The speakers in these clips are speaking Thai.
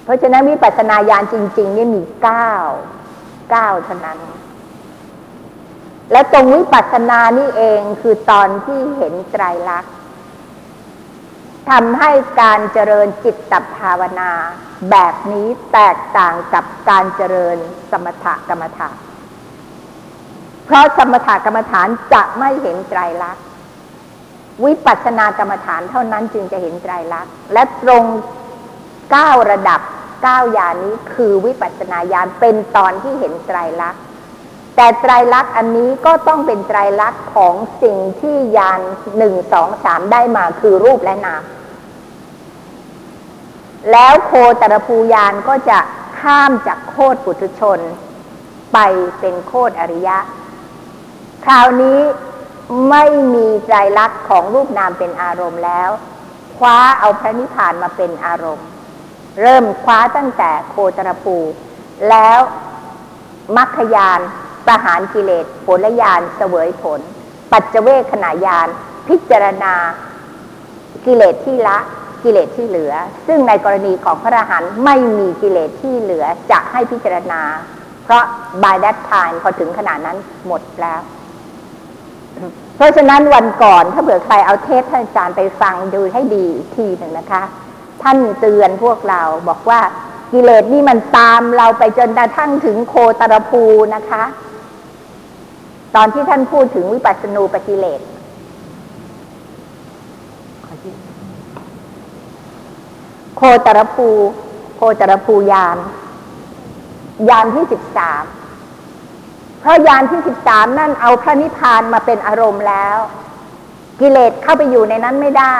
เพราะฉะนั้นวิปัสสนาญาณจริงๆนี่มี9เท่านั้นและตรงวิปัสสนานี่เองคือตอนที่เห็นไตรลักษณ์ทำให้การเจริญจิตภาวนาแบบนี้แตกต่างกับการเจริญสมถกรรมฐานเพราะสมถกรรมฐานจะไม่เห็นไตรลักษณ์วิปัสสนากรรมฐานเท่านั้นจึงจะเห็นไตรลักษณ์และตรง9ระดับ9ญาณนี้คือวิปัสสนาญาณเป็นตอนที่เห็นไตรลักษณ์แต่ไตรลักษณ์อันนี้ก็ต้องเป็นไตรลักษณ์ของสิ่งที่ญาณ1 2 3ได้มาคือรูปและนามแล้วโคตรภูญาณก็จะข้ามจากโคตรปุถุชนไปเป็นโคตรอริยะคราวนี้ไม่มีไตรลักษณ์ของรูปนามเป็นอารมณ์แล้วคว้าเอาพระนิพพานมาเป็นอารมณ์เริ่มคว้าตั้งแต่โคตรภูแล้วมรรคญาณประหารกิเลสผลญาณเสวยผลปัจเจเวคขณะญาณพิจารณากิเลสที่ละกิเลสที่เหลือซึ่งในกรณีของพระอรหันต์ไม่มีกิเลสที่เหลือจะให้พิจารณาเพราะ by that time พอถึงขนาดนั้นหมดแล้วเพราะฉะนั้นวันก่อนถ้าเผื่อใครเอาเทศท่านอาจารย์ไปฟังดูให้ดีทีหนึ่งนะคะท่านเตือนพวกเราบอกว่ากิเลสนี่มันตามเราไปจนกระทั่งถึงโคตรภูนะคะตอนที่ท่านพูดถึงวิปัสสนูปกิเลสโคตรภูญาณที่13เพราะญาณที่13นั่นเอาพระนิพพานมาเป็นอารมณ์แล้วกิเลสเข้าไปอยู่ในนั้นไม่ได้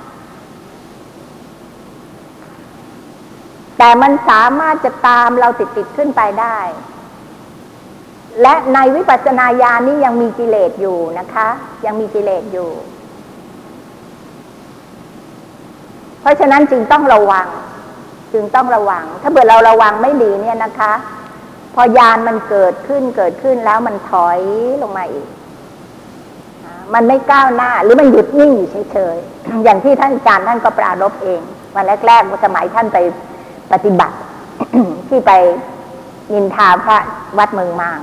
แต่มันสามารถจะตามเราติดขึ้นไปได้และในวิปัสสนาญาณนี้ยังมีกิเลสอยู่นะคะยังมีกิเลสอยู่เพราะฉะนั้นจึงต้องระวังถ้าเกิดเราระวังไม่ดีเนี่ยนะคะพอญาณมันเกิดขึ้นแล้วมันถอยลงมาอีกมันไม่ก้าวหน้าหรือมันหยุดนิ่งอยู่เฉยๆอย่างที่ท่านอาจารย์ท่านก็ปรารภเองวันแรกๆสมัยท่านไปปฏิบัติ ที่ไปนินทาพระวัดเมืองมาง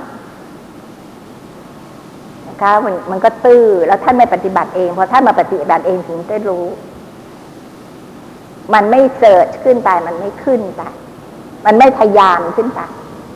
นะคะมันก็ตื้อแล้วท่านไม่ปฏิบัติเองพอท่านมาปฏิบัติเองถึงได้รู้มันไม่เสิร์ชขึ้นไปมันไม่ขึ้นไปมันไม่ทะยานขึ้นไป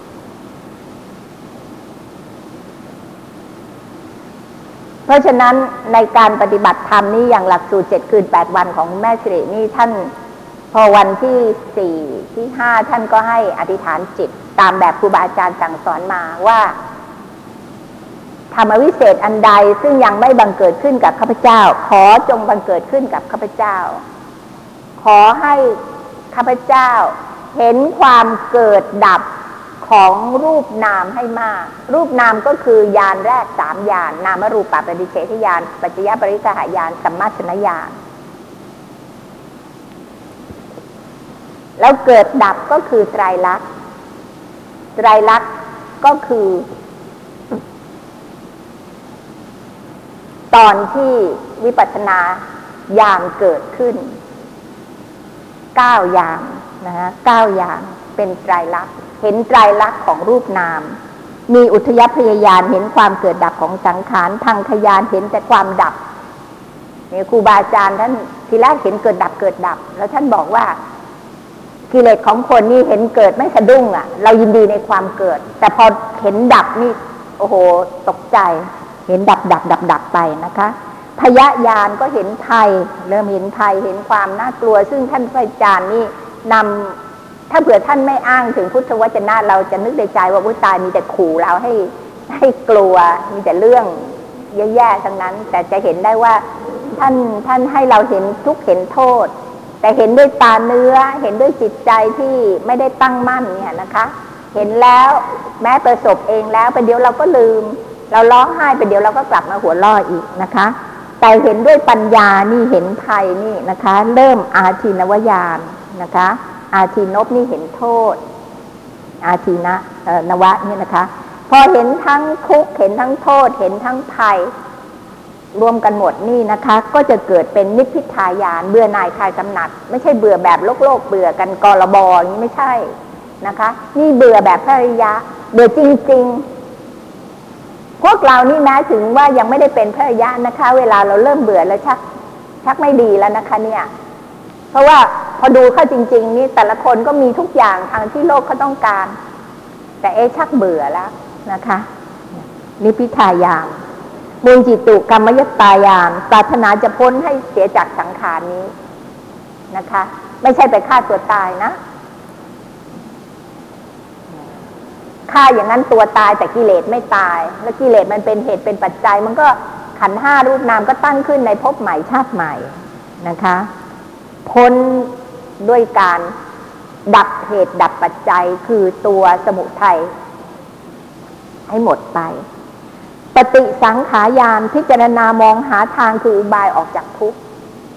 เพราะฉะนั้นในการปฏิบัติธรรมนี่อย่างหลักสูตร7 คืน 8 วันของแม่สิรินี่ท่านพอวันที่4ที่5ท่านก็ให้อธิษฐานจิตตามแบบครูบาอาจารย์สั่งสอนมาว่าธรรมวิเศษอันใดซึ่งยังไม่บังเกิดขึ้นกับข้าพเจ้าขอจงบังเกิดขึ้นกับข้าพเจ้าขอให้ข้าพเจ้าเห็นความเกิดดับของรูปนามให้มากรูปนามก็คือญาณแรก3ญาณนามรูปปฏิเฉทญาณปัจจยปริกหญาณสัมมาสนญาณแล้วเกิดดับก็คือไตรลักษณ์ก็คือตอนที่วิปัสสนาญาณเกิดขึ้น9อย่างนะคะ9อย่างเป็นไตรลักษณ์เห็นไตรลักษณ์ของรูปนามมีอุทยพยญาณเห็นความเกิดดับของสังขารพังคญาณเห็นแต่ความดับเนี่ยครูบาอาจารย์ท่านทีแรกเห็นเกิดดับแล้วท่านบอกว่ากิเลสของคนนี่เห็นเกิดไม่สะดุ้งอ่ะเรายินดีในความเกิดแต่พอเห็นดับนี่โอ้โหตกใจเห็นดับไปนะคะพยญาณก็เห็นภัยเริ่มเห็นภัยเห็นความน่ากลัวซึ่งท่านพระอาจารย์นี่นำถ้าเผื่อท่านไม่อ้างถึงพุทธวจนะเราจะนึกในใจว่าพุทธตายมีแต่ขู่เราให้กลัวมีแต่เรื่องแย่ๆทั้งนั้นแต่จะเห็นได้ว่าท่านให้เราเห็นทุกข์เห็นโทษแต่เห็นด้วยตาเนื้อเห็นด้วยจิตใจที่ไม่ได้ตั้งมั่นเนี่ยนะคะเห็นแล้วแม้ประสบเองแล้วประเดี๋ยวเราก็ลืมเราร้องไห้ประเดี๋ยวเราก็กลับมาหัวเราะอีกนะคะแต่เห็นด้วยปัญญานี่เห็นภัยนี่นะคะเริ่มอาทีนวญาณนะคะอาทีนพนี่เห็นโทษอาทีนวะนี่นะคะพอเห็นทั้งทุกข์เห็นทั้งโทษเห็นทั้งภัยรวมกันหมดนี่นะคะก็จะเกิดเป็นนิพพิทายานเบื่อหน่ายคลายกำหนัดไม่ใช่เบื่อแบบโลกเบื่อกันกลบอย่างนี้ไม่ใช่นะคะนี่เบื่อแบบพระอริยะเบื่อจริงๆพวกเรานี่แม้ถึงว่ายังไม่ได้เป็นพระอริยะนะคะเวลาเราเริ่มเบื่อแล้วชักไม่ดีแล้วนะคะเนี่ยเพราะว่าพอดูเข้าจริงๆนี่แต่ละคนก็มีทุกอย่างทางที่โลกเขาต้องการแต่ชักเบื่อแล้วนะคะนิพพิทายานมูลจิตุกรรมยตายานปรารถนาจะพ้นให้เสียจากสังขารนี้นะคะไม่ใช่ไปฆ่าตัวตายนะฆ่าอย่างนั้นตัวตายแต่กิเลสไม่ตายแล้วกิเลสมันเป็นเหตุเป็นปัจจัยมันก็ขันธ์ห้ารูปนามก็ตั้งขึ้นในภพใหม่ชาติใหม่นะคะพ้นด้วยการดับเหตุดับปัจจัยคือตัวสมุทัยให้หมดไปปฏิสังขายานพิจารณามองหาทางคืออุบายออกจากทุกข์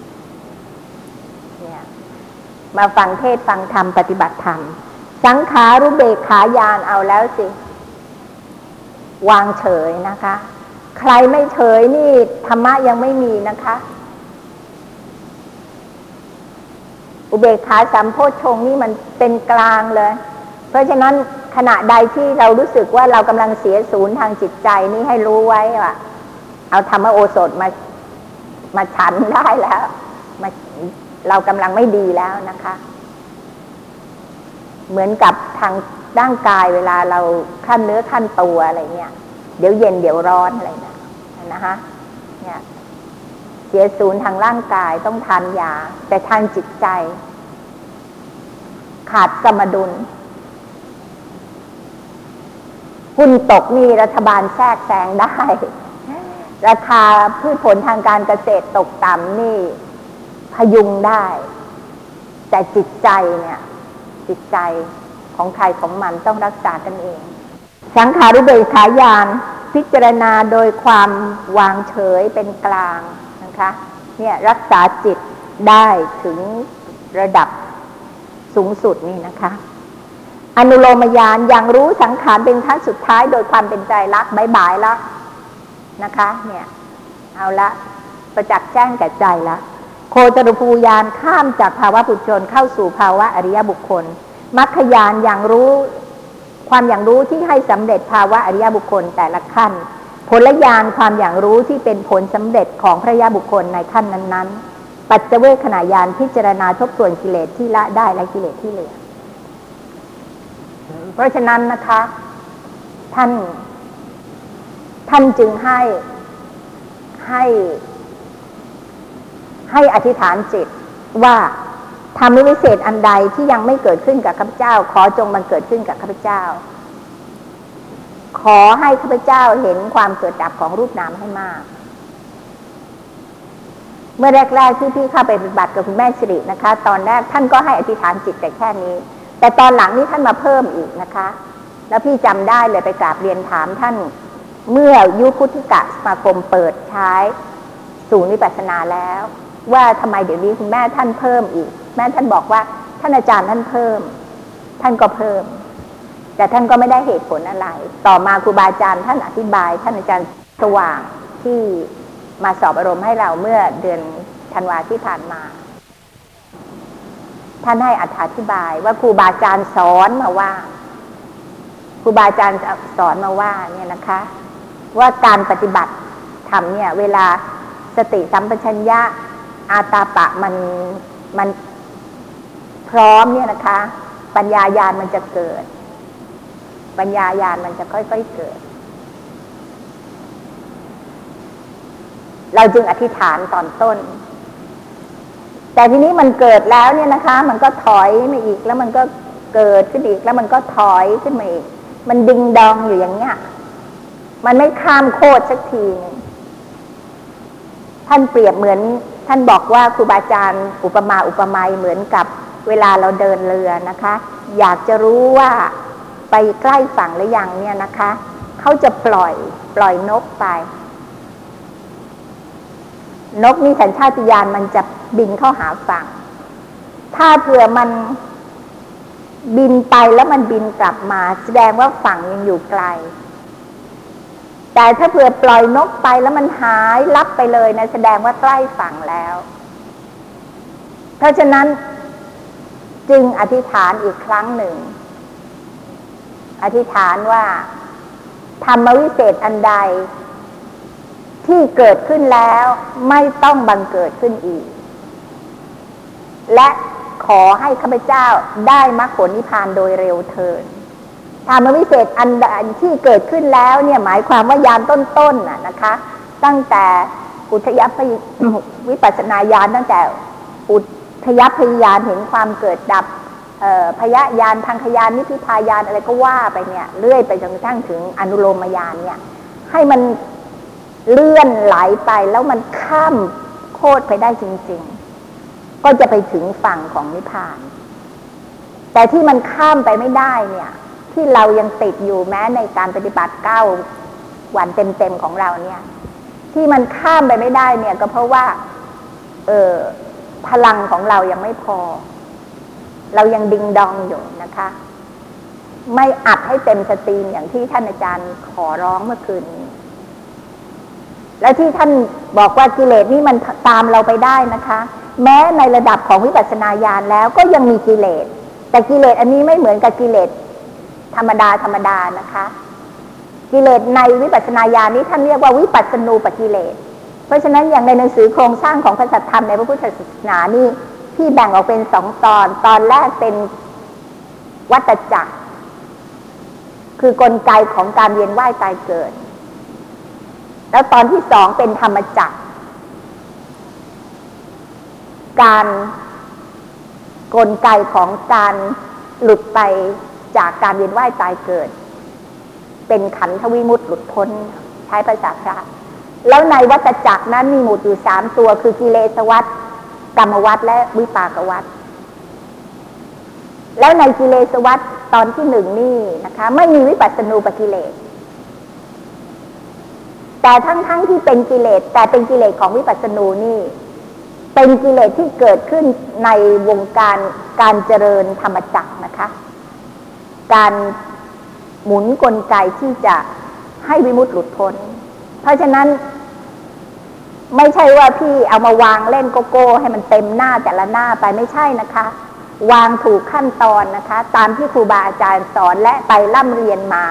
เนี่ยมาฟังเทศฟังธรรมปฏิบัติธรรมสังขารุเบกขายานเอาแล้วสิวางเฉยนะคะใครไม่เฉยนี่ธรรมะยังไม่มีนะคะอุเบกขาสัมโพชฌงค์นี่มันเป็นกลางเลยเพราะฉะนั้นขณะใดที่เรารู้สึกว่าเรากำลังเสียศูนย์ทางจิตใจนี่ให้รู้ไว้ว่าเอาธรรมโอสถมาฉันได้แล้วเรากำลังไม่ดีแล้วนะคะเหมือนกับทางร่างกายเวลาเราขั้นเนื้อขั้นตัวอะไรเนี่ยเดี๋ยวเย็นเดี๋ยวร้อนอะไรเนี่ยนะคะเนี่ยเสียศูนย์ทางร่างกายต้องทานยาแต่ทางจิตใจขาดสมดุลหุ้นตกนี่รัฐบาลแทรกแซงได้ราคาพืชผลทางการเกษตรตกต่ำนี่พยุงได้แต่จิตใจเนี่ยจิตใจของใครของมันต้องรักษากันเองสังขารุเบกขายานพิจารณาโดยความวางเฉยเป็นกลางนะคะเนี่ยรักษาจิตได้ถึงระดับสูงสุดนี่นะคะอนุโลมญาณยังรู้สังขารเป็นขั้นสุดท้ายโดยความเป็นใจรักบายแล้วนะคะเนี่ยเอาละประจักษ์แจ้งแก่ใจละโคจรภูญาณข้ามจากภาวะปุถุชนเข้าสู่ภาวะอริยบุคคลมรรคญาณอย่างรู้ความอย่างรู้ที่ให้สำเร็จภาวะอริยบุคคลแต่ละขั้นผลญาณความอย่างรู้ที่เป็นผลสำเร็จของพระอริยบุคคลในขั้นนั้นๆปัจเจเวคขณะญาณพิจารณาทบทวนกิเลสที่ละได้และกิเลสที่เหลือเพราะฉะนั้นนะคะท่านจึงให้อธิษฐานจิตว่าธรรมวิเศษอันใดที่ยังไม่เกิดขึ้นกับข้าพเจ้าขอจงบังเกิดขึ้นกับข้าพเจ้าขอให้ข้าพเจ้าเห็นความเกิดดับของรูปนามให้มากเมื่อแรกๆที่พี่เข้าไปปฏิบัติกับคุณแม่สิรินะคะตอนแรกท่านก็ให้อธิษฐานจิตแต่แค่นี้แต่ตอนหลังนี้ท่านมาเพิ่มอีกนะคะแล้วพี่จำได้เลยไปกราบเรียนถามท่านเมื่อยุคพุทธิกะสมาคมเปิดใช้ศูนย์วิปัสสนาแล้วว่าทำไมเดี๋ยวนี้คุณแม่ท่านเพิ่มอีกแม่ท่านบอกว่าท่านอาจารย์ท่านเพิ่มท่านก็เพิ่มแต่ท่านก็ไม่ได้เหตุผลอะไรต่อมาครูบาอาจารย์ท่านอธิบายท่านอาจารย์สว่างที่มาสอบอารมณ์ให้เราเมื่อเดือนธันวาที่ผ่านมาท่านให้อธิบายว่าครูบาอาจารย์สอนมาว่าครูบาอาจารย์สอนมาว่าเนี่ยนะคะว่าการปฏิบัติธรรมเนี่ยเวลาสติสัมปชัญญะอาตาปะมันพร้อมเนี่ยนะคะปัญญาญาณมันจะเกิดปัญญาญาณมันจะค่อยๆเกิดเราจึงอธิษฐานตอนต้นแต่ทีนี้มันเกิดแล้วเนี่ยนะคะมันก็ถอยมาอีกแล้วมันก็เกิดขึ้นอีกแล้วมันก็ถอยขึ้นมาอีกมันดิงดองอยู่อย่างเงี้ยมันไม่ข้ามโคตรสักทีนึงท่านเปรียบเหมือนท่านบอกว่าครูบาอาจารย์อุปมาอุปไมยเหมือนกับเวลาเราเดินเรือนะคะอยากจะรู้ว่าไปใกล้ฝั่งหรือยังเนี่ยนะคะเขาจะปล่อยนกไปนกนี่สัญชาตญาณมันจะบินเข้าหาฝั่งถ้าเผื่อมันบินไปแล้วมันบินกลับมาแสดงว่าฝั่งยังอยู่ไกลแต่ถ้าเผื่อปล่อยนกไปแล้วมันหายลับไปเลยนะแสดงว่าใกล้ฝั่งแล้วเพราะฉะนั้นจึงอธิษฐานอีกครั้งหนึ่งอธิษฐานว่าธรรมวิเศษอันใดที่เกิดขึ้นแล้วไม่ต้องบังเกิดขึ้นอีกและขอให้ข้าพเจ้าได้มรรคผลนิพพานโดยเร็วเถิดธรรมวิเศษอันใดที่เกิดขึ้นแล้วเนี่ยหมายความว่ายานต้นๆนะคะตั้งแต่อุทยพวิปัสสนาญาณตั้งแต่อุทยพยานเห็นความเกิดดับพยญาณพังคญาณนิพพิทายานอะไรก็ว่าไปเนี่ยเรื่อยไปจนกระทั่งถึงอนุโลมญาณเนี่ยให้มันเลื่อนไหลไปแล้วมันข้ามโคตรไปได้จริงๆก็จะไปถึงฝั่งของนิพพานแต่ที่มันข้ามไปไม่ได้เนี่ยที่เรายังติดอยู่แม้ในการปฏิบัติ9 วันเต็มๆของเราเนี่ยที่มันข้ามไปไม่ได้เนี่ยก็เพราะว่าพลังของเรายังไม่พอเรายังดิงดองอยู่นะคะไม่อัดให้เต็มสตรีมอย่างที่ท่านอาจารย์ขอร้องเมื่อคืนนี้และที่ท่านบอกว่ากิเลสนี่มันตามเราไปได้นะคะแม้ในระดับของวิปัสสนาญาณแล้วก็ยังมีกิเลสแต่กิเลสอันนี้ไม่เหมือนกับกิเลสธรรมดานะคะกิเลสในวิปัสสนาญาณนี้ท่านเรียกว่าวิปัสสนูปกิเลสเพราะฉะนั้นอย่างในหนังสือโครงสร้างของพระสัทธรรมในพระพุทธศาสนานี่ที่แบ่งออกเป็น2 ตอนแรกเป็นวัฏจักรคือกลไกของการเวียนว่ายตายเกิดแล้วตอนที่2เป็นธรรมจักรการกลไกของการหลุดไปจากการเวียนว่ายตายเกิดเป็นขันธวิมุตติหลุดพ้นใช้ภาษาพระแล้วในวัฏจักรนั้นมีหมวดอยู่3 ตัวคือกิเลสวัฏกรรมวัฏและวิปากวัฏแล้วในกิเลสวัฏตอนที่1นี่นะคะไม่มีวิปัสสนูปกิเลสแต่ทั้งที่เป็นกิเลสแต่เป็นกิเลสของวิปัสสนูนี่เป็นกิเลสที่เกิดขึ้นในวงการเจริญธรรมจักรนะคะการหมุนกลไกที่จะให้วิมุตติหลุดพ้นเพราะฉะนั้นไม่ใช่ว่าพี่เอามาวางเล่นโกโก้ให้มันเต็มหน้าแต่ละหน้าไปไม่ใช่นะคะวางถูกขั้นตอนนะคะตามที่ครูบาอาจารย์สอนและไปร่ำเรียนมา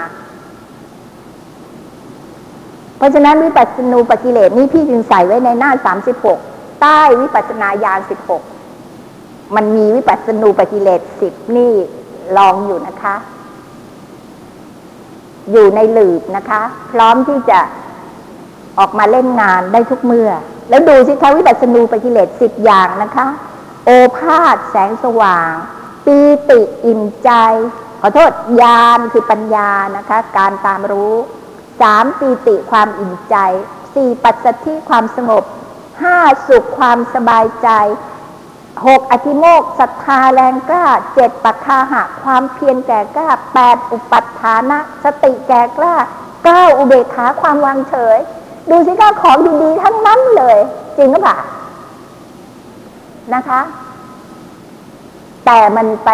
เพราะฉะนั้นวิปัสสนูปกิเลสนี่พี่จึงใส่ไว้ในหน้า36ใต้วิปัสสนาญาณ16มันมีวิปัสสนูปกิเลส10นี่ลองอยู่นะคะอยู่ในหลืบนะคะพร้อมที่จะออกมาเล่นงานได้ทุกเมื่อแล้วดูสิคะวิปัสสนูปกิเลส10อย่างนะคะโอภาสแสงสว่างปีติอิ่มใจขอโทษญาณคือปัญญานะคะการตามรู้3ปีติความอิ่มใจ4ปัสสัทธิความสงบ5สุขความสบายใจ6อธิโมกข์ศรัทธาแรงกล้า7ปัฏฐาหะความเพียรแก่กล้า8อุปัฏฐานะสติแก่กล้า9อุเบกขาความวางเฉยดูสิคะของดีๆทั้งนั้นเลยจริงหรือเปล่านะคะแต่มันไป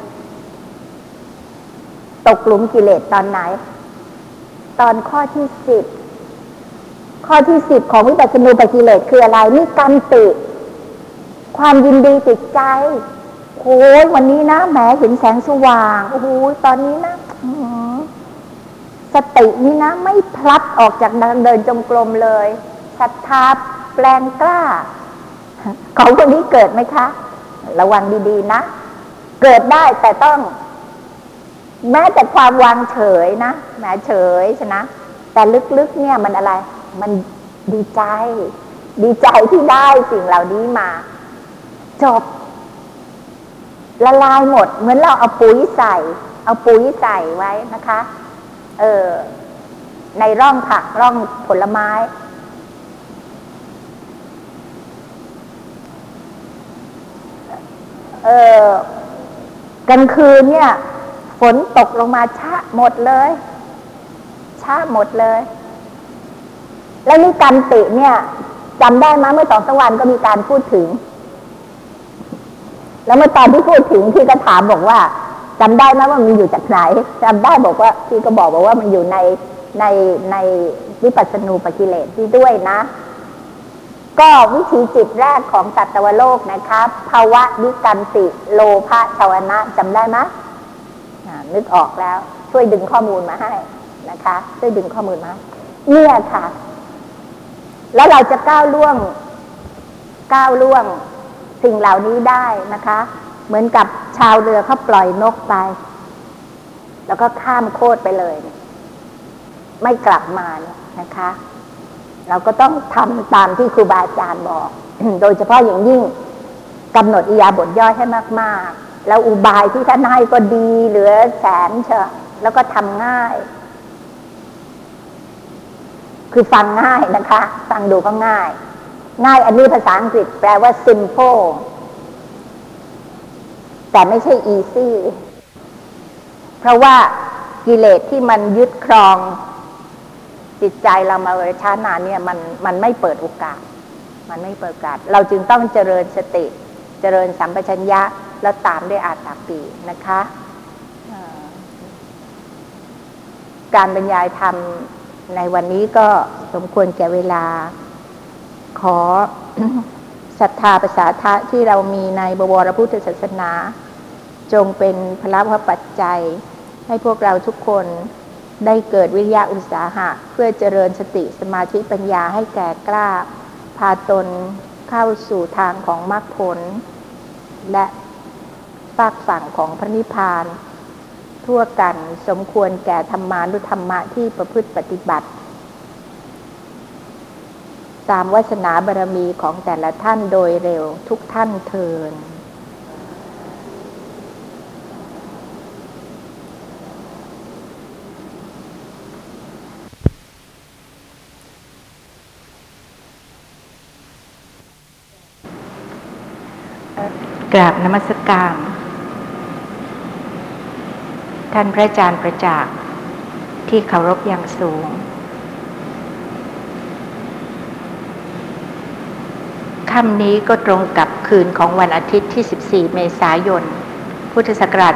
ตกหลุมกิเลสตอนไหนตอนข้อที่10ข้อที่10ของวิปัสสนูปกิเลสคืออะไรนี่กันติความยินดีติดใจโอ้ยวันนี้นะแหมเห็นแสงสว่างโอ้โหตอนนี้นะสตินี่นะไม่พลัดออกจากเดินจงกรมเลยศรัทธาแปลงกล้าของคนนี้เกิดไหมคะระวังดีๆนะเกิดได้แต่ต้องแม้แต่ความวางเฉยนะแหมเฉยใช่นะแต่ลึกๆเนี่ยมันอะไรมันดีใจที่ได้สิ่งเหล่านี้มาจบละลายหมดเหมือนเราเอาปุ๋ยใส่ไว้นะคะในร่องผักร่องผลไม้กลางคืนเนี่ยฝนตกลงมาชะหมดเลยแล้วนี่กันติเนี่ยจำได้ไหมเมื่อ2-3 วันก็มีการพูดถึงแล้วเมื่อตอนที่พูดถึงพี่ก็ถามบอกว่าจำได้ไหมว่ามันอยู่จากไหนจำได้บอกว่าพี่ก็บอกว่ามันอยู่ในวิปัสสนูปกิเลสที่ด้วยนะก็วิถีจิตแรกของสัตวโลกนะคะภาวะวิกันติโลภะชาวนะจำได้ไหมนึกออกแล้วช่วยดึงข้อมูลมาให้นะคะช่วยดึงข้อมูลมาเนี่ยค่ะแล้วเราจะก้าวล่วงสิ่งเหล่านี้ได้นะคะเหมือนกับชาวเรือเขาปล่อยนกไปแล้วก็ข้ามโคตรไปเลยไม่กลับมาเนี่ยนะคะเราก็ต้องทำตามที่ครูบาอาจารย์บอก โดยเฉพาะอย่างยิ่งกำหนดอิริยาบถย่อยให้มากๆแล้วอุบายที่ท่านให้ก็ดีเหลือแสนเชอะแล้วก็ทำง่ายคือฟังง่ายนะคะฟังดูก็ง่ายอันนี้ภาษาอังกฤษแปลว่า simple แต่ไม่ใช่ easy เพราะว่ากิเลสที่มันยึดครองจิตใจเรามาช้านานเนี่ยมันไม่เปิดโอกาสเราจึงต้องเจริญสติเจริญสัมปชัญญะแล้วตามด้วยอาตตปีนะคะการบรรยายธรรมในวันนี้ก็สมควรแก่เวลาขอ ศรัทธาประสาทะที่เรามีในบวรพุทธศาสนาจงเป็นพละวปัจจัยให้พวกเราทุกคนได้เกิดวิริยะอุตสาหะเพื่อเจริญสติสมาธิปัญญาให้แก่กล้าพาตนเข้าสู่ทางของมรรคผลและฝากฝั่งของพระนิพพานทั่วกันสมควรแก่ธรรมานุธรรมะที่ประพฤติปฏิบัติตามวาสนาบารมีของแต่ละท่านโดยเร็วทุกท่านเทอญกราบนมัสการท่านพระอาจารย์ประจักษ์ที่เคารพอย่างสูงค่ำนี้ก็ตรงกับคืนของวันอาทิตย์ที่ 14 เมษายน พุทธศักราช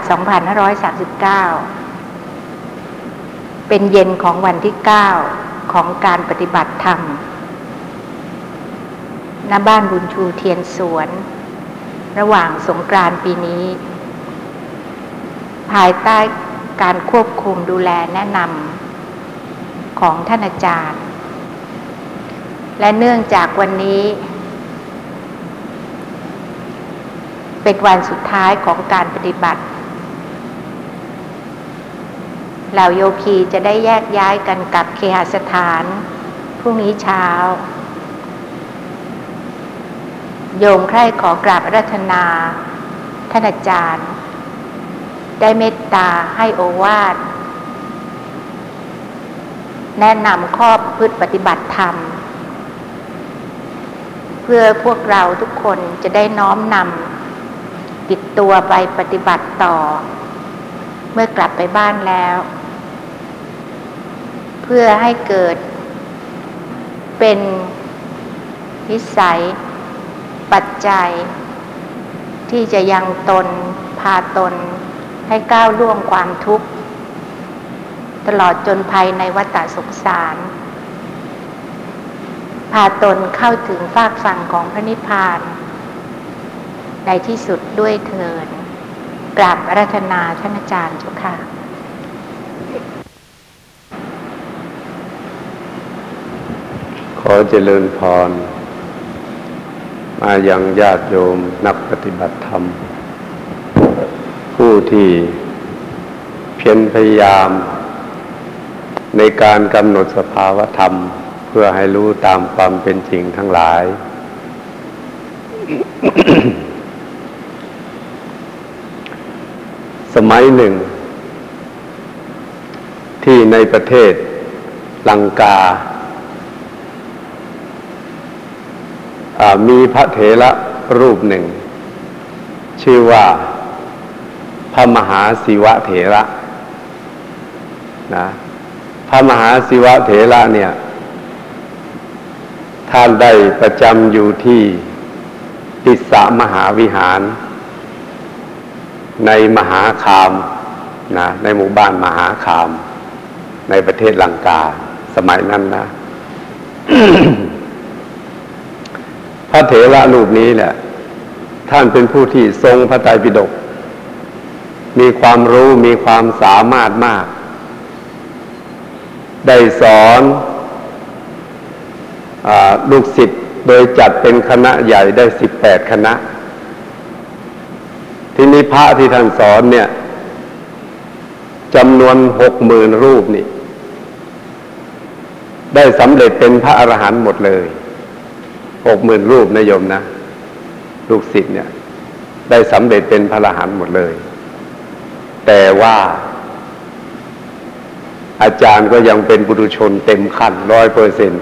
2539 เป็นเย็นของวันที่ 9 ของการปฏิบัติธรรมณบ้านบุญชูเทียนสวนระหว่างสงกรานต์ปีนี้ภายใต้การควบคุมดูแลแนะนำของท่านอาจารย์และเนื่องจากวันนี้เป็นวันสุดท้ายของการปฏิบัติเหล่าโยคีจะได้แยกย้ายกันกลับเคหสถานพรุ่งนี้เช้าโยมใคร่ขอกราบอาราธนาท่านอาจารย์ได้เมตตาให้โอวาทแนะนำข้อประพฤติปฏิบัติธรรมเพื่อพวกเราทุกคนจะได้น้อมนำติดตัวไปปฏิบัติต่อเมื่อกลับไปบ้านแล้วเพื่อให้เกิดเป็นนิสัยปัจจัยที่จะยังตนพาตนให้ก้าวล่วงความทุกข์ตลอดจนภัยในวัฏสงสารพาตนเข้าถึงฟากฝั่งของพระนิพพานในที่สุดด้วยเถิดกราบอาราธนาท่านอาจารย์เจ้าค่ะขอเจริญพรมายังญาติโยมนักปฏิบัติธรรมผู้ที่เพียรพยายามในการกำหนดสภาวธรรมเพื่อให้รู้ตามความเป็นจริงทั้งหลาย สมัยหนึ่งที่ในประเทศลังกามีพระเถระรูปหนึ่งชื่อว่าพระมหาศิวะเถระนะพระมหาศิวะเถระเนี่ยท่านได้ประจำอยู่ที่ติสสะมหาวิหารในมหาคามนะในหมู่บ้านมหาคามในประเทศลังกาสมัยนั้นนะ พระเถระรูปนี้แหละท่านเป็นผู้ที่ทรงพระไตรปิฎกมีความรู้มีความสามารถมากได้สอนลูกศิษย์โดยจัดเป็นคณะใหญ่ได้18 คณะที่นี้พระที่ท่านสอนเนี่ยจำนวน 60,000 รูปนี่ได้สำเร็จเป็นพระอรหันต์หมดเลย 60,000 รูปนะโยมนะลูกศิษย์เนี่ยได้สำเร็จเป็นพระอรหันต์หมดเลยแต่ว่าอาจารย์ก็ยังเป็นปุถุชนเต็มขั้น 100%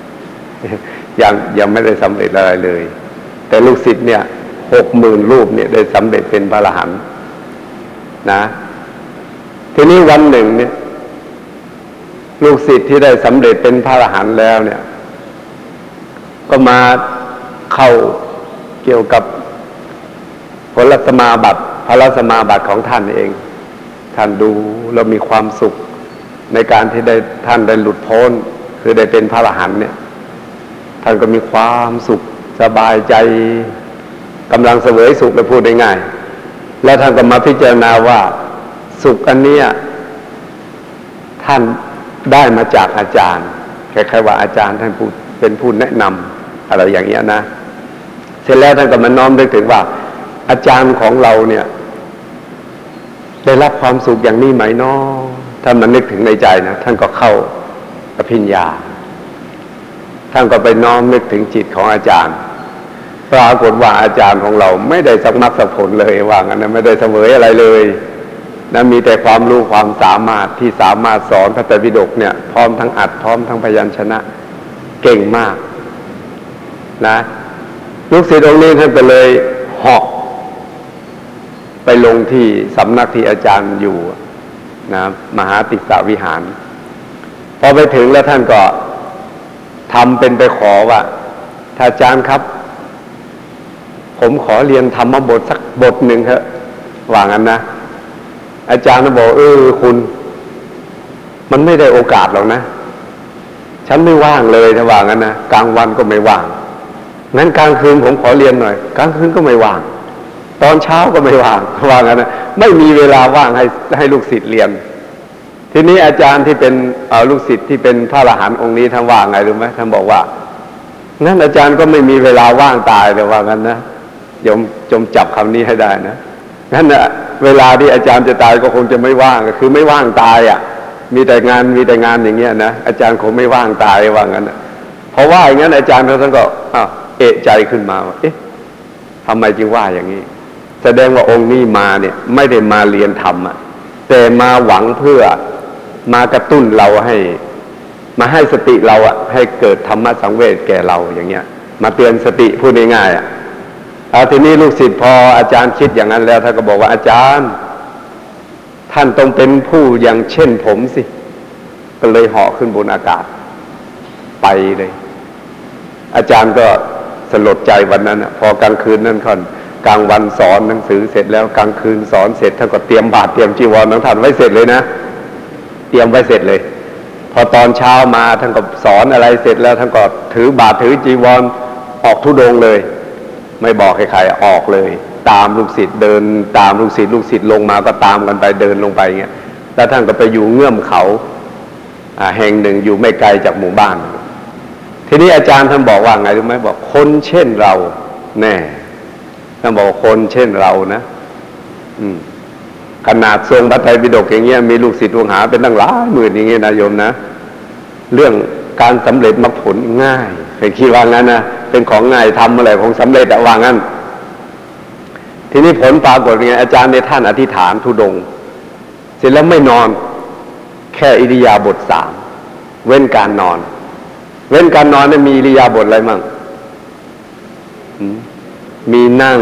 ยังไม่ได้สำเร็จอะไรเลยแต่ลูกศิษย์เนี่ย 60,000 รูปเนี่ยได้สำเร็จเป็นพระอรหันต์นะทีนี้วันหนึ่งเนี่ยลูกศิษย์ที่ได้สำเร็จเป็นพระอรหันต์แล้วเนี่ยก็มาเข้าเกี่ยวกับผลสมาบัติพระสมาบัติของท่านเองท่านดูแล้วมีความสุขในการที่ได้ท่านได้หลุดพ้นคือได้เป็นพระอรหันต์เนี่ยท่านก็มีความสุขสบายใจกำลังเสวยสุขไปพูดได้ง่ายแล้วท่านก็มาพิจารณาว่าสุขอันเนี้ยท่านได้มาจากอาจารย์คล้ายๆว่าอาจารย์ท่านเป็นผู้แนะนำอะไรอย่างเงี้ยนะเสร็จแล้วท่านก็มาน้อมนึกถึงว่าอาจารย์ของเราเนี่ยได้รับความสุขอย่างนี้ไหมเนาะท่านมันนึกถึงในใจนะท่านก็เข้าอภิญญาท่านก็ไปน้อมนึกถึงจิตของอาจารย์ปรากฏว่าอาจารย์ของเราไม่ได้สักมรรคสักผลเลยว่างั้นนะไม่ได้เสวยอะไรเลยนะมีแต่ความรู้ความสามารถที่สามารถสอนพระไตรปิฎกเนี่ยพร้อมทั้งอัดพร้อมทั้งพยัญชนะเก่งมากนะลูกศิษย์องค์นี้ท่านก็เลยเหาะไปลงที่สำนักที่อาจารย์อยู่นะมหาติสสวิหารพอไปถึงแล้วท่านก็ทำเป็นไปขอว่าถ้าอาจารย์ครับผมขอเรียนธรรมบทสักบทหนึ่งเถอะว่างั้นนะอาจารย์ก็บอกคุณมันไม่ได้โอกาสหรอกนะฉันไม่ว่างเลยถ้าว่างั้นนะกลางวันก็ไม่ว่างงั้นกลางคืนผมขอเรียนหน่อยกลางคืนก็ไม่ว่างตอนเช้าก็ไม่ว่างว่างั้นนะไม่มีเวลาว่างให้ลูกศิษย์เรียนทีนี้อาจารย์ที่เป็นลูกศิษย์ที่เป็นพระอรหันต์องค์นี้ท่านว่าไงรู้ไหมท่านบอกว่างั้นอาจารย์ก็ไม่มีเวลาว่างตายเลยว่างั้นนะโยมจงจับคำนี้ให้ได้นะงั้นนะเวลาที่อาจารย์จะตายก็คงจะไม่ว่างคือไม่ว่างตายอ่ะมีแต่งานอย่างเงี้ยนะอาจารย์คงไม่ว่างตายว่างั้นนะเพราะว่าอย่างนั้นอาจารย์ท่านก็เอะใจขึ้นมาว่าเอ๊ะทำไมจึงว่าอย่างนี้แสดงว่าองค์นี้มาเนี่ยไม่ได้มาเรียนธรรมอ่ะแต่มาหวังเพื่อมากระตุ้นเราให้มาให้สติเราอ่ะให้เกิดธรรมะสังเวชแก่เราอย่างเงี้ยมาเตือนสติพูดง่ายๆอ่ะทีนี้ลูกศิษย์พออาจารย์คิดอย่างนั้นแล้วท่านก็บอกว่าอาจารย์ท่านต้องเป็นผู้อย่างเช่นผมสิก็เลยเหาะขึ้นบนอากาศไปเลยอาจารย์ก็สลดใจวันนั้นพอกลางคืนนั่นค่อนกลางวันสอนหนังสือเสร็จแล้วกลางคืนสอนเสร็จท่านก็เตรียมบาตรเตรียมจีวรของท่านไว้เสร็จเลยนะเตรียมไว้เสร็จเลยพอตอนเช้ามาท่านก็สอนอะไรเสร็จแล้วท่านก็ถือบาตรถือจีวรออกธุดงค์เลยไม่บอกใครๆออกเลยตามลูกศิษย์เดินตามลูกศิษย์ลงมาก็ตามกันไปเดินลงไปเงี้ยแล้วท่านก็ไปอยู่เงื่อมเขาแห่งหนึ่งอยู่ไม่ไกลจากหมู่บ้านทีนี้อาจารย์ท่านบอกว่าไงรู้ไหมบอกคนเช่นเราแน่ท่านบอกคนเช่นเรานะขนาดทรงพระไตรปิฎกอย่างเงี้ยมีลูกศิษย์ลูกหาเป็นตั้งหลายหมื่นอย่างเงี้ยนะโยมนะเรื่องการสำเร็จมรรคผลง่ายไปคิดว่างั้นนะเป็นของง่ายทำอะไรคงสำเร็จอะว่างั้นทีนี้ผลปรากฏไงอาจารย์ในท่านอธิษฐานธุดงค์เสร็จแล้วไม่นอนแค่อิริยาบถ3เว้นการนอนเนี่ยมีอิริยาบถอะไรมั่งมีนั่ง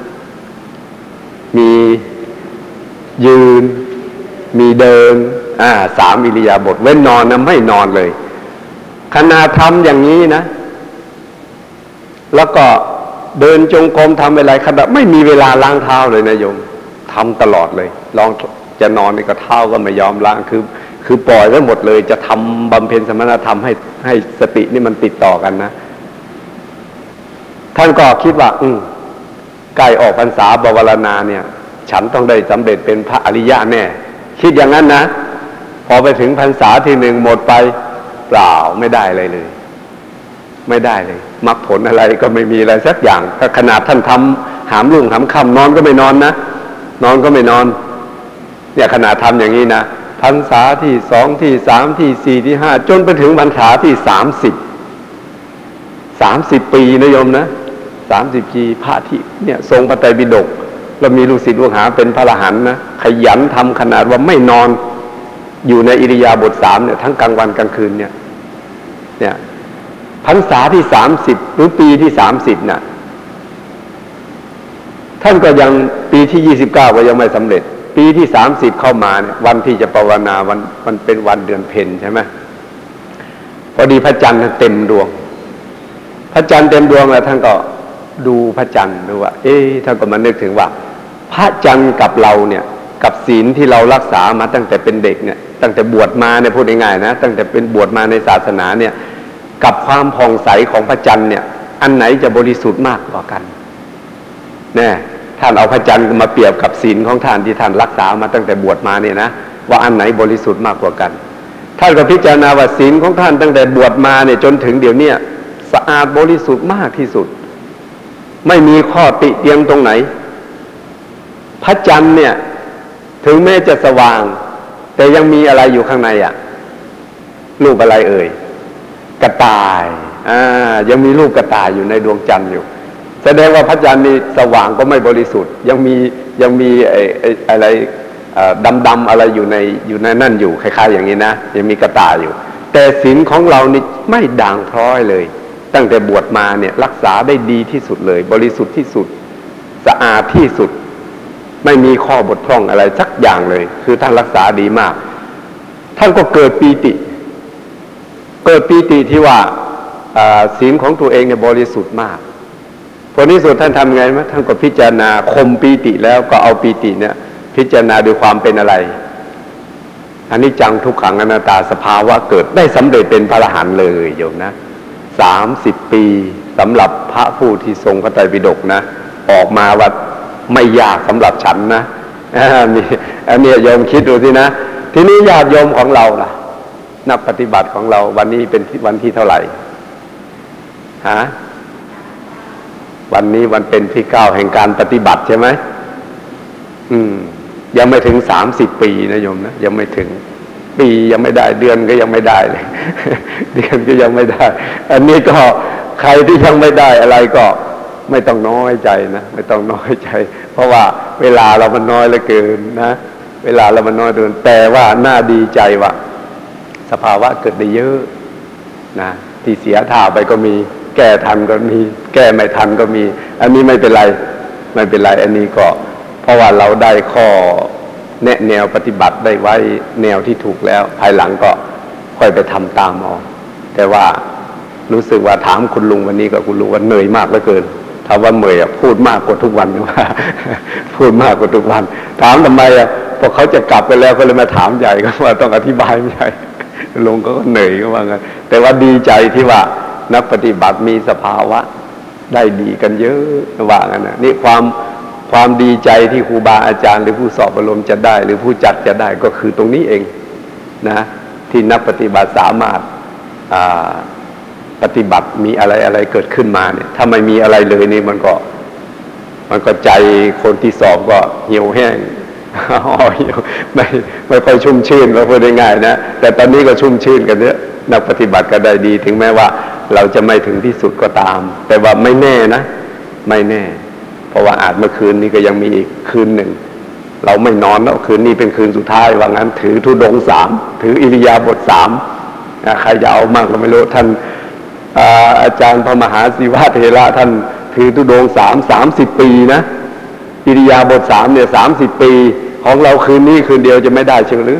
มียืนมีเดิน3อิริยาบถเว้นนอนนะไม่นอนเลยขณะทำอย่างนี้นะแล้วก็เดินจงกรมทำอะไรขณะไม่มีเวลาล้างเท้าเลยนะโยมทำตลอดเลยลองจะนอนนี่ก็เท้าก็ไม่ยอมล้างคือคือปล่อยไว้หมดเลยจะทำบำเพ็ญสมณธรรมให้สตินี่มันติดต่อกันนะท่านก็คิดว่าใกล้ออกพรรษาบวรณาเนี่ยฉันต้องได้สำเร็จเป็นพระอริยะแน่คิดอย่างนั้นนะพอไปถึงพรรษาที่หนึ่งหมดไปเปล่าไม่ได้อะไรเลยไม่ได้เลยมรรคผลอะไรก็ไม่มีอะไรสักอย่างถ้าขนาดท่านทำหามรุ่งหามค่ำนอนก็ไม่นอนนะนอนก็ไม่นอนเนี่ยขนาดทำอย่างนี้นะพรรษาที่สองที่สามที่สี่ที่ห้าจนไปถึงพรรษาที่30 ปีนะโยมนะ30 ปีพระที่เนี่ยทรงพระไตรปิฎกแล้วมีลูกศิษย์ลูกหาเป็นพระอรหันต์นะขยันทำขนาดว่าไม่นอนอยู่ในอิริยาบถ3เนี่ยทั้งกลางวันกลางคืนเนี่ยพรรษาที่30หรือปีที่30น่ะท่านก็ยังปีที่29ก็ยังไม่สำเร็จปีที่30เข้ามาเนี่ยวันที่จะภาวนาวันเป็นวันเดือนเพ็ญใช่ไหมพอดีพระจันทร์เต็มดวงพระจันทร์เต็มดวงแล้วท่านก็ดูพระจันทร์ดูว่าท่านก็มานึกถึงว่าพระจันทร์กับเราเนี่ยกับศีลที่เรารักษามาตั้งแต่เป็นเด็กเนี่ยตั้งแต่บวชมาเนี่ยพูดง่ายๆนะตั้งแต่เป็นบวชมาในศาสนาเนี่ยกับความผ่องใสของพระจันทร์เนี่ยอันไหนจะบริสุทธิ์มากกว่ากันแน่ท่านเอาพระจันทร์มาเปรียบกับศีลของท่านที่ท่านรักษามาตั้งแต่บวชมาเนี่ยนะว่าอันไหนบริสุทธิ์มากกว่ากันท่านก็พิจารณาว่าศีลของท่านตั้งแต่บวชมาเนี่ยจนถึงเดี๋ยวนี้สะอาดบริสุทธิ์มากที่สุดไม่มีข้อติเตียงตรงไหนพระจันทร์เนี่ยถึงแม้จะสว่างแต่ยังมีอะไรอยู่ข้างในรูปอะไรเอ่ยกระต่ายยังมีรูปกระต่ายอยู่ในดวงจันทร์อยู่แสดงว่าพระจันทร์นี่สว่างก็ไม่บริสุทธิ์ยังมีอะไรดำๆอะไรอยู่ในนั่นอยู่คล้ายๆอย่างนี้นะยังมีกระต่ายอยู่แต่ศีลของเรานี่ไม่ด่างพร้อยเลยตั้งแต่บวชมาเนี่ยรักษาได้ดีที่สุดเลยบริสุทธิ์ที่สุดสะอาดที่สุดไม่มีข้อบกพร่องอะไรสักอย่างเลยคือท่านรักษาดีมากท่านก็เกิดปีติที่ว่าศีลของตัวเองเนี่ยบริสุทธิ์มากผลที่สุดท่านทำไงมั้ยท่านก็พิจารณาข่มปีติแล้วก็เอาปีติเนี่ยพิจารณาด้วยความเป็นอะไรอนิจจังทุกขังอนัตตาสภาวะเกิดได้สำเร็จเป็นพระอรหันต์เลยโยมนะ30 ปีสำหรับพระผู้ที่ทรงพระไตรปิฎกนะออกมาว่าไม่ยากสำหรับฉันนะอันนี้โยมคิดดูสินะทีนี้ญาติโยมของเราล่ะนักปฏิบัติของเราวันนี้เป็นวันที่เท่าไหร่วันนี้วันเป็นที่9แห่งการปฏิบัติใช่ไหมยังไม่ถึง30 ปีนะโยมนะยังไม่ถึงปียังไม่ได้เดือนก็ยังไม่ได้เลย เดือนก็ยังไม่ได้อันนี้ก็ใครที่ยังไม่ได้อะไรก็ไม่ต้องน้อยใจนะไม่ต้องน้อยใจเพราะว่าเวลาเรามันน้อยเหลือเกินนะเวลาเรามันน้อยเกินแต่ว่าน่าดีใจว่าสภาวะเกิดได้เยอะนะที่เสียท่าไปก็มีแก้ทันก็มีแก้ไม่ทันก็มีอันนี้ไม่เป็นไรอันนี้ก็เพราะว่าเราได้ข้อแนะแนวปฏิบัติได้ไว้แนวที่ถูกแล้วภายหลังก็ค่อยไปทำตามเอาแต่ว่ารู้สึกว่าถามคุณลุงวันนี้ก็คุณลุงว่าเหนื่อยมากเหลือเกินถ้าว่าเหนื่อยพูดมากกว่าทุกวันว่าพูดมากกว่าทุกวันถามทำไมพอเขาจะกลับไปแล้วก็เลยมาถามใหญ่ก็ว่าต้องอธิบายใหญ่ลุงก็เหนื่อยก็ว่างั้นแต่ว่าดีใจที่ว่านักปฏิบัติมีสภาวะได้ดีกันเยอะว่างั้นนะนี่ความดีใจที่ครูบาอาจารย์หรือผู้สอบอารมณ์จะได้หรือผู้จัดจะได้ก็คือตรงนี้เองนะที่นักปฏิบัติสามารถปฏิบัติมีอะไรเกิดขึ้นมาเนี่ยถ้าไม่มีอะไรเลยนี่มันก็ใจคนที่สอบก็เหี่ยวแห้งไม่ค่อยชุ่มชื่นก็พูดได้ง่ายนะแต่ตอนนี้ก็ชุ่มชื่นกันเยอะนักปฏิบัติก็ได้ดีถึงแม้ว่าเราจะไม่ถึงที่สุดก็ตามแต่ว่าไม่แน่นะไม่แน่เพราะว่าอาจเมื่อคืนนี้ก็ยังมีอีกคืนหนึ่งเราไม่นอนแล้วคืนนี้เป็นคืนสุดท้ายว่างั้นถือธุดงค์3ถืออิริยาบถ3ใครจะเอามากก็ไม่รู้ท่านอาจารย์พระมหาศิวะเถระท่านถือธุดงค์30 ปีนะอิริยาบถ3เนี่ย30 ปีของเราคืนนี้คืนเดียวจะไม่ได้เชียวหรื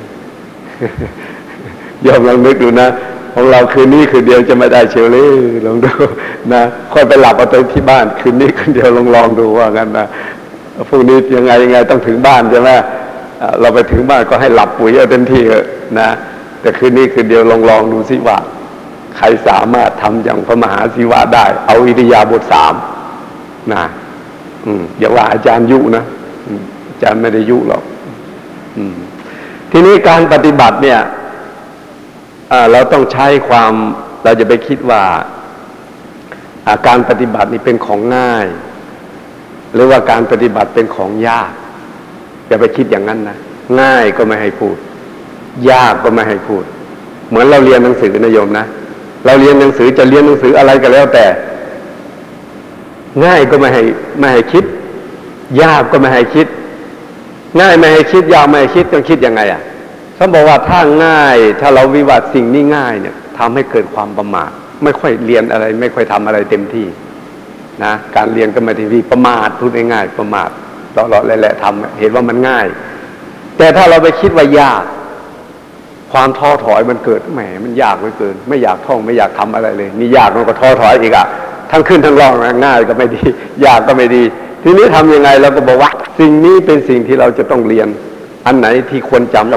อยอมลองนึกดูนะของเราคืนนี้คืนเดียวจะไม่ได้เชียวหรือลองดูนะค่อยไปหลับเอาตัวที่บ้านคืนนี้คืนเดียวลองดูว่างั้นนะพรุ่งนี้ยังไงต้องถึงบ้านใช่ไหมเราไปถึงบ้านก็ให้หลับปุ๋ยเอาเต็มที่นะแต่คืนนี้คืนเดียวลองดูสิว่าใครสามารถทำอย่างพระมหาศิวะได้เอาอิริยาบถ3นะอย่าว่าอาจารย์ยุนะอาจารย์ไม่ได้ยุหรอกทีนี้การปฏิบัติเนี่ยเราต้องใช้ความเราจะไปคิดว่าการปฏิบัตินี่เป็นของง่ายหรือว่าการปฏิบัติเป็นของยากอย่าไปคิดอย่างนั้นนะง่ายก็ไม่ให้พูดยากก็ไม่ให้พูดเหมือนเราเรียนหนังสือนะโยมนะเราเรียนหนังสือจะเรียนหนังสืออะไรก็แล้วแต่ง่ายก็ไม่ให้คิดยากก็ไม่ให้คิดง่ายไม่ให้คิดยากไม่ให้คิดต้องคิดยังไงเขาบอกว่าถ้าง่ายถ้าเราวิวัฒน์สิ่งนี้ง่ายเนี่ยทำให้เกิดความประมาทไม่ค่อยเรียนอะไรไม่ค่อยทำอะไรเต็มที่นะการเรียนก็ไม่เต็มที่ประมาทพูดง่ายๆประมาทเลาะๆแหละทำเห็นว่ามันง่ายแต่ถ้าเราไปคิดว่ายากความท้อถอยมันเกิดแหมมันยากเหลือเกินไม่อยากท่องไม่อยากทำอะไรเลยนี่ยากมันก็ท้อถอยอีกทั้งขึ้นทั้งล่องง่ายก็ไม่ดียากก็ไม่ดีทีนี้ทำยังไงเราก็บอกว่าสิ่งนี้เป็นสิ่งที่เราจะต้องเรียนอันไหนที่ควรจำเรา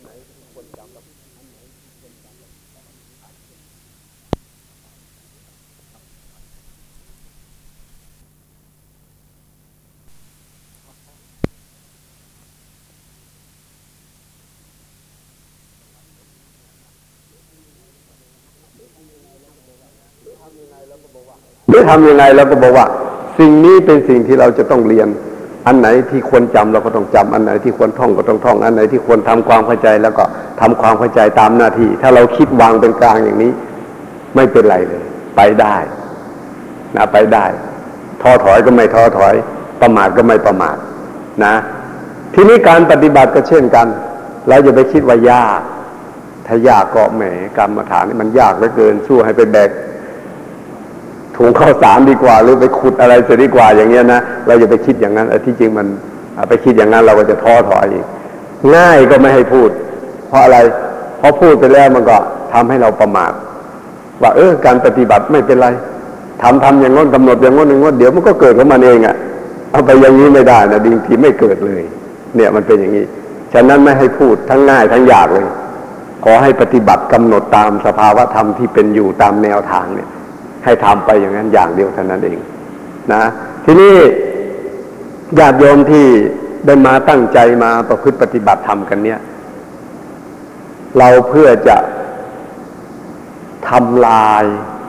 ทำยังไงเราก็บอกว่าสิ่งนี้เป็นสิ่งที่เราจะต้องเรียนอันไหนที่ควรจำเราก็ต้องจำอันไหนที่ควรท่องก็ต้องท่องอันไหนที่ควรทำความเข้าใจแล้วก็ทำความเข้าใจตามหน้าที่ถ้าเราคิดวางเป็นกลางอย่างนี้ไม่เป็นไรเลยไปได้นะไปได้ท้อถอยก็ไม่ท้อถอยประมาทก็ไม่ประมาทนะทีนี้การปฏิบัติก็เช่นกันเราอย่าไปคิดว่ายากถ้ายากก็แหมกรรมฐานนี่มันยากเหลือเกินสู้ให้ไปแบกถุงข้าวสารดีกว่าหรือไปขุดอะไรจะดีกว่าอย่างเงี้ยนะเราอย่าไปคิดอย่างนั้นที่จริงมันไปคิดอย่างนั้นเราก็จะท้อถอยอีกง่ายก็ไม่ให้พูดเพราะอะไรเพราะพูดไปแล้วมันก็ทำให้เราประมาทว่าการปฏิบัติไม่เป็นไรทำอย่างง้นกำหนดอย่างง้นอย่างง้นเดี๋ยวมันก็เกิดของมันเองเอาไปอย่างนี้ไม่ได้นะบางทีไม่เกิดเลยเนี่ยมันเป็นอย่างนี้ฉะนั้นไม่ให้พูดทั้งง่ายทั้งยากเลยขอให้ปฏิบัติกำหนดตามสภาวะธรรมที่เป็นอยู่ตามแนวทางเนี่ยให้ทำไปอย่างนั้นอย่างเดียวเท่านั้นเองนะทีนี้ญาติโยมที่ได้มาตั้งใจมาประพฤติปฏิบัติธรรมกันเนี่ยเราเพื่อจะทำลาย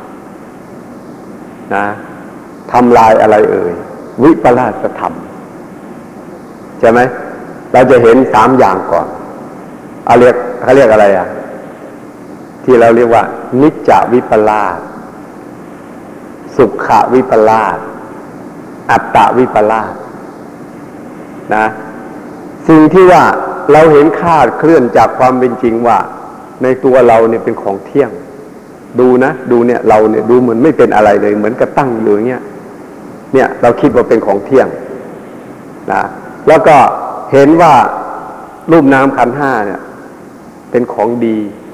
นะทำลายอะไรวิปลาสธรรมใช่ไหมเราจะเห็น3อย่างก่อนเขาเรียกอะไรที่เราเรียกว่านิจจวิปลาสสุขวิปลาสอัตตวิปลาสนะสิ่งที่ว่าเราเห็นคลาดเคลื่อนจากความเป็นจริงว่าในตัวเราเนี่ยเป็นของเที่ยงดูเนี่ยเราเนี่ยดูเหมือนไม่เป็นอะไรเลยเหมือนกับตั้งอยู่อย่างเงี้ยเนี่ยเราคิดว่าเป็นของเที่ยงนะแล้วก็เห็นว่ารูปนามขันธ์5เนี่ยเป็นของดี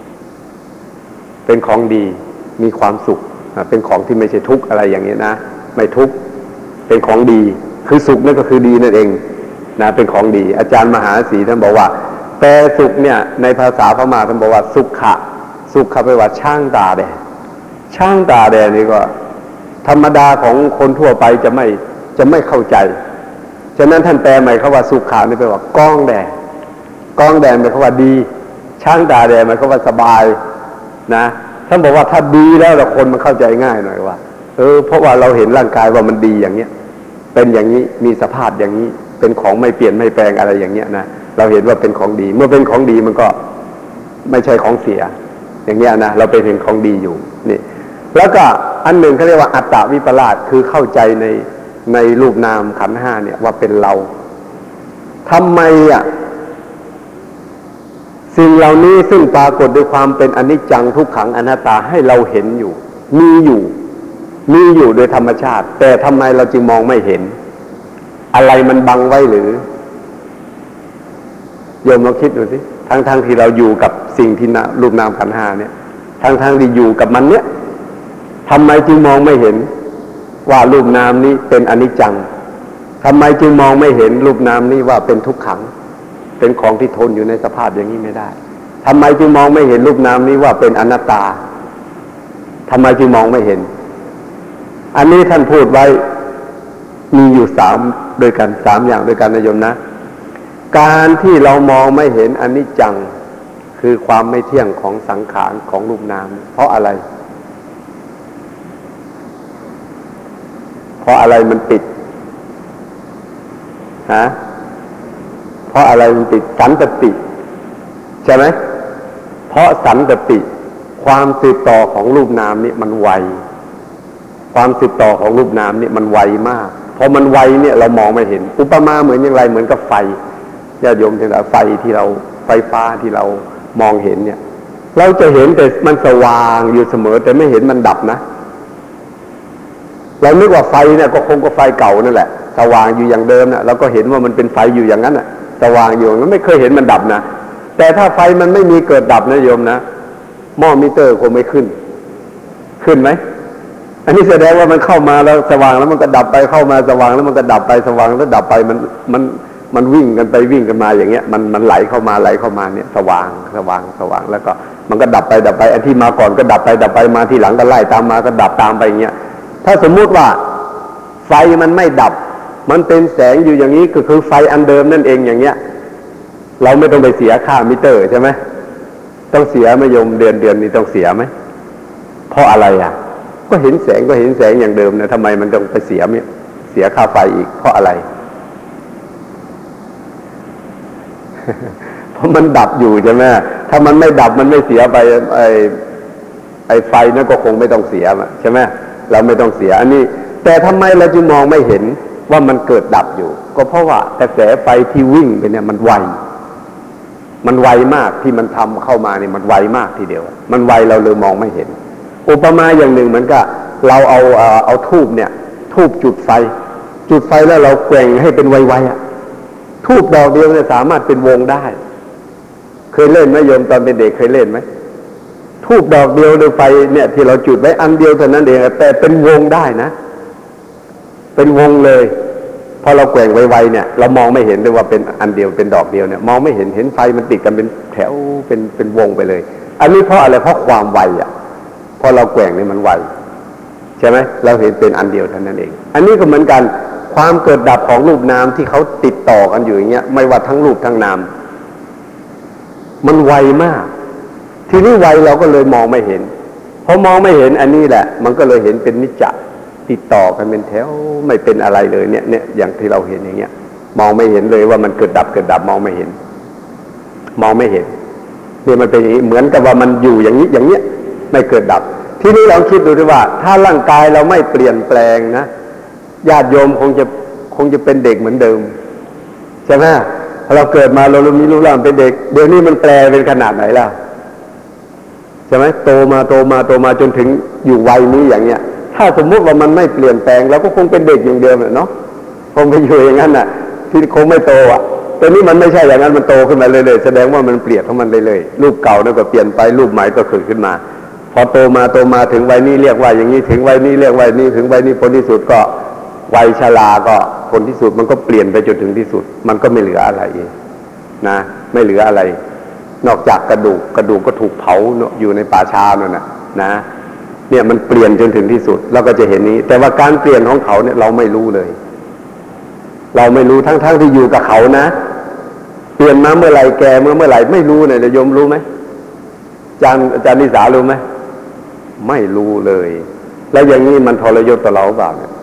มีความสุขเป็นของที่ไม่ใช่ทุกข์อะไรอย่างนี้นะไม่ทุกข์เป็นของดีคือสุขนั่นก็คือดีนั่นเองนะเป็นของดีอาจารย์มหาศรีท่านบอกว่าแปลสุขเนี่ยในภาษาพม่าท่านบอกว่าสุขะแปลว่าช่างตาแดนี่ก็ธรรมดาของคนทั่วไปจะไม่เข้าใจฉะนั้นท่านแปลใหม่เขาว่าสุขะนี่แปลว่าก้องแดดหมายความว่าดีช่างตาแดหมายความว่าสบายนะท่านบอกว่าถ้าดีแล้วคนมันเข้าใจง่ายหน่อยว่าเพราะว่าเราเห็นร่างกายว่ามันดีอย่างเนี้ยเป็นอย่างนี้มีสภาพอย่างนี้เป็นของไม่เปลี่ยนไม่แปลงอะไรอย่างเนี้ยนะเราเห็นว่าเป็นของดีเมื่อเป็นของดีมันก็ไม่ใช่ของเสียอย่างเนี้ยนะเราเป็นเห็นของดีอยู่นี่แล้วก็อันหนึ่งเขาเรียกว่าอัตตวิปลาสคือเข้าใจในรูปนามขันธ์5เนี่ยว่าเป็นเราทำไมสิ่งเหล่านี้ซึ่งปรากฏด้วยความเป็นอนิจจังทุกขังอนัตตาให้เราเห็นอยู่มีอยู่โดยธรรมชาติแต่ทำไมเราจึงมองไม่เห็นอะไรมันบังไว้หรือโยมลองคิดดูสิทั้งที่เราอยู่กับสิ่งที่รูปนามขันธ์5เนี่ยทั้งที่อยู่กับมันเนี่ยทำไมจึงมองไม่เห็นว่ารูปนามนี้เป็นอนิจจังทำไมจึงมองไม่เห็นรูปนามนี้ว่าเป็นทุกขังเป็นของที่ทนอยู่ในสภาพอย่างนี้ไม่ได้ทำไมจึงมองไม่เห็นรูปนามนี้ว่าเป็นอนัตตาทำไมจึงมองไม่เห็นอันนี้ท่านพูดไว้มีอยู่3ด้วยกัน3อย่างด้วยกันนะโยมนะการที่เรามองไม่เห็นอนิจจังคือความไม่เที่ยงของสังขารของรูปนามเพราะอะไรเพราะอะไรมันติดเพราะอะไรมันติดสันตติใช่ไหมเพราะสันตติความสืบต่อของรูปนามนี่มันไวความสืบต่อของรูปนามนี่มันไวมากพอมันไวเนี่ยเรามองไม่เห็นอุปมาเหมือนอย่างไรเหมือนกับไฟญาติโยมทั้งหลายไฟที่เราไฟฟ้าที่เรามองเห็นเนี่ยเราจะเห็นแต่มันสว่างอยู่เสมอแต่ไม่เห็นมันดับนะเรานึกว่าไฟเนี่ยก็คงก็ไฟเก่านั่นแหละสว่างอยู่อย่างเดิมนะเราก็เห็นว่ามันเป็นไฟอยู่อย่างนั้นน่ะสว่างอยู่มันไม่เคยเห็นมันดับนะแต่ถ้าไฟมันไม่มีเกิดดับนะโยมนะหม้อมิเตอร์คงไม่ขึ้นไหมอันนี้แสดงว่ามันเข้ามาแล้วสว่างแล้วมันก็ดับไปเข้ามาสว่างแล้วมันก็ดับไปสว่างแล้วดับไปมันวิ่งกันไปวิ่งกันมาอย่างเงี้ยมันไหลเข้ามาเนี่ยสว่างแล้วก็มันก็ดับไปอันที่มาก่อนก็ดับไปมาที่หลังก็ไล่ตามมาก็ดับตามไปอย่างเงี้ยถ้าสมมุติว่าไฟมันไม่ดับมันเป็นแสงอยู่อย่างนี้ก็คือไฟอันเดิมนั่นเองอย่างเงี้ยเราไม่ต้องไปเสียค่ามิเตอร์ใช่ไหมต้องเสียไหมโยมเดือนนี้ต้องเสียไหมเพราะอะไรอ่ะก็เห็นแสงอย่างเดิมนะทำไมมันต้องไปเสียค่าไฟอีกเพราะอะไร เพราะมันดับอยู่ใช่ไหมถ้ามันไม่ดับมันไม่เสียไปไอ้ไฟนั่นก็คงไม่ต้องเสียใช่ไหมเราไม่ต้องเสียอันนี้แต่ทำไมเราจึงมองไม่เห็นว่ามันเกิดดับอยู่ก็เพราะว่ากระแสไฟที่วิ่งไปเนี่ยมันไวมากที่มันทำเข้ามาเนี่ยมันไวมากทีเดียวมันไวเราเลยมองไม่เห็นอุปมาอย่างหนึ่งเหมือนกับเราเอาธูปเนี่ยธูปจุดไฟแล้วเราแกว่งให้เป็นไวๆอ่ะธูปดอกเดียวเนี่ยสามารถเป็นวงได้เคยเล่นไหมโยมตอนเป็นเด็กเคยเล่นไหมธูปดอกเดียวหรือไฟเนี่ยที่เราจุดไว้อันเดียวเท่านั้นเองแต่เป็นวงได้นะเป็นวงเลยพอเราแกว่งไวๆเนี่ยเรามองไม่เห็นเลยว่าเป็นอันเดียวเป็นดอกเดียวเนี่ยมองไม่เห็นไฟมันติดกันเป็นแถวเป็นวงไปเลยอันนี้เพราะอะไรเพราะความไวอ่ะพอเราแกว่งนี่มันไวใช่ไหมเราเห็นเป็นอันเดียวเท่านั้นเองอันนี้ก็เหมือนกันความเกิดดับของรูปนามที่เขาติดต่อกันอยู่อย่างเงี้ยไม่ว่าทั้งรูปทั้งนามมันไวมากทีนี้ไวเราก็เลยมองไม่เห็นพอมองไม่เห็นอันนี้แหละมันก็เลยเห็นเป็นนิจจ์ติดต่อกันเป็นแถวไม่เป็นอะไรเลยเนี่ยอย่างที่เราเห็นอย่างเงี้ยมองไม่เห็นเลยว่ามันเกิดดับมองไม่เห็นเนี่ยมันเป็นอย่างนี้เหมือนกับว่ามันอยู่อย่างนี้ไม่เกิดดับทีนี้เราคิดดูดิว่าถ้าร่างกายเราไม่เปลี่ยนแปลงนะญาติโยมคงจะเป็นเด็กเหมือนเดิมใช่ไหมเราเกิดมาเรามีรูปร่างเป็นเด็กเดี๋ยวนี้มันแปลเป็นขนาดไหนล่ะใช่ไหมโตมาจนถึงอยู่วัยนี้อย่างเงี้ยถ้าสมมุติว่ามันไม่เปลี่ยนแปลงเราก็คงเป็นเด็กอย่างเดิมเนาะคงไปอยู่อย่างนั้นน่ะที่คงไม่โตอ่ะแต่นี่มันไม่ใช่อย่างนั้นมันโตขึ้นมาเรื่อยๆแสดงว่ามันเปลี่ยนของมันเรื่อยๆรูปเก่านั่นก็เปลี่ยนไปรูปใหม่ก็เกิดขึ้นมาพอโตมาถึงวัยนี้เรียกว่าอย่างนี้ถึงวัยนี้เรียกวัยนี้ถึงวัยนี้ผลที่สุดก็วัยชราก็ผลที่สุดมันก็เปลี่ยนไปจนถึงที่สุดมันก็ไม่เหลืออะไรนะไม่เหลืออะไรนอกจากกระดูกก็ถูกเผาอยู่ในป่าช้านั่นนะเนี่ยมันเปลี่ยนจนถึงที่สุดเราก็จะเห็นนี้แต่ว่าการเปลี่ยนของเขาเนี่ยเราไม่รู้เลยเราไม่รู้ทั้งที่อยู่กับเขานะเปลี่ยนมาเมื่อไหร่แก่เมื่อไหร่ไม่รู้เนี่ยโยมรู้ไหมอาจารย์นิสารู้ไหมไม่รู้เลยแล้วอย่างนี้มันทรยศต่อเราเปล่าเนี่ย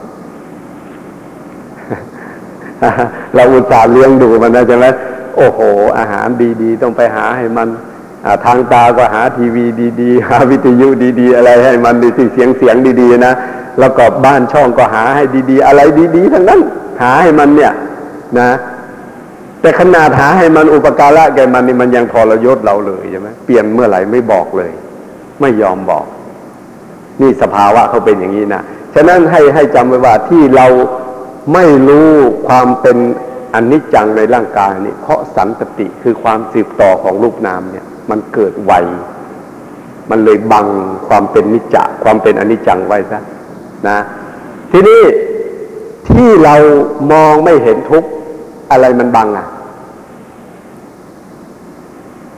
เราอุตส่าห์เลี้ยงดูมันนะใช่ไหมโอ้โหอาหารดีๆต้องไปหาให้มันทางตาก็หาทีวีดีๆหาวิทยุดีๆอะไรให้มันดีเสียงดีๆนะแล้วก็บ้านช่องก็หาให้ดีๆอะไรดีๆทั้งนั้นหาให้มันเนี่ยนะแต่ขนาดหาให้มันอุปการะแก่มันนี่มันยังทรยศเราเลยใช่ไหมเปลี่ยนเมื่อไหร่ไม่บอกเลยไม่ยอมบอกนี่สภาวะเขาเป็นอย่างนี้นะฉะนั้นให้จำไว้ว่าที่เราไม่รู้ความเป็นอนิจจังในร่างกายนี่เพราะสันตติคือความสืบต่อของรูปนามเนี่ยมันเกิดไวมันเลยบังความเป็นนิจจะความเป็นอนิจจังไว้ซะนะทีนี้ที่เรามองไม่เห็นทุกข์อะไรมันบัง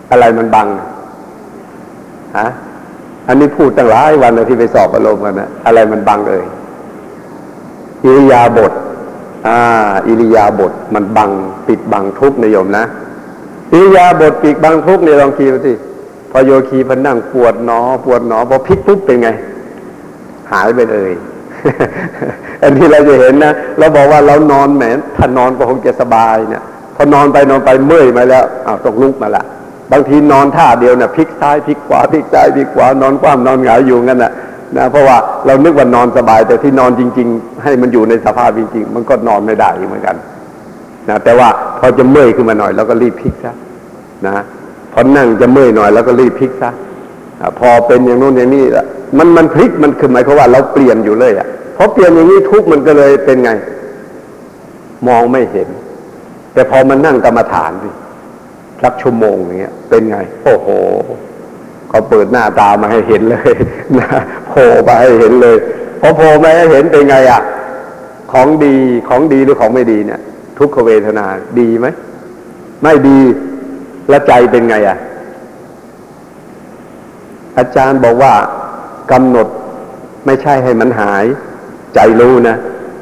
อะไรมันบังฮะอันนี้พูดตั้งหลายวันนะที่ไปสอบอารมณ์กันนะอะไรมันบังอิริยาบถอิริยาบถมันบังปิดบังทุกข์นิยมนะอิริยาบถปิดบังทุกข์เนี่ยลองคิดดูสิพอโยคีพันนั่งปวดหนอพอพลิกปุ๊บเป็นไงหายไปเลย อันที่เราจะเห็นนะเราบอกว่าเรานอนแหมถ้านอนก็คงจะสบายเนี่ยพอนอนไปเมื่อยมาแล้วต้องลุกมาละบางทีนอนท่าเดียวเนี่ยพลิกซ้ายพลิกขวาพลิกซ้ายพลิกขวานอนคว่ำนอนหงายอยู่งั้นนะเพราะว่าเรานึกว่านอนสบายแต่ที่นอนจริงๆให้มันอยู่ในสภาพจริงๆมันก็นอนไม่ได้เหมือนกันนะแต่ว่าพอจะเมื่อยขึ้นมาหน่อยเราก็รีบพลิกซะนะพอนั่งจะเมื่อยหน่อยแล้วก็รีบพลิกซะพอเป็นอย่างโน้นอย่างนี้มันพลิกมันคือหมายความว่าเราเปลี่ยนอยู่เลยเพราะเปลี่ยนอย่างนี้ทุกมันก็เลยเป็นไงมองไม่เห็นแต่พอมันนั่งกรรมฐานดิสักชั่วโมงอย่างเงี้ยเป็นไงโอ้โหเขาเปิดหน้าตามาให้เห็นเลยนะโผล่มาให้เห็นเลยพอโผล่มาให้เห็นเป็นไงของดีหรือของไม่ดีเนี่ยทุกขเวทนาดีไหมไม่ดีแล้วใจเป็นไงอาจารย์บอกว่ากำหนดไม่ใช่ให้มันหายใจรู้นะ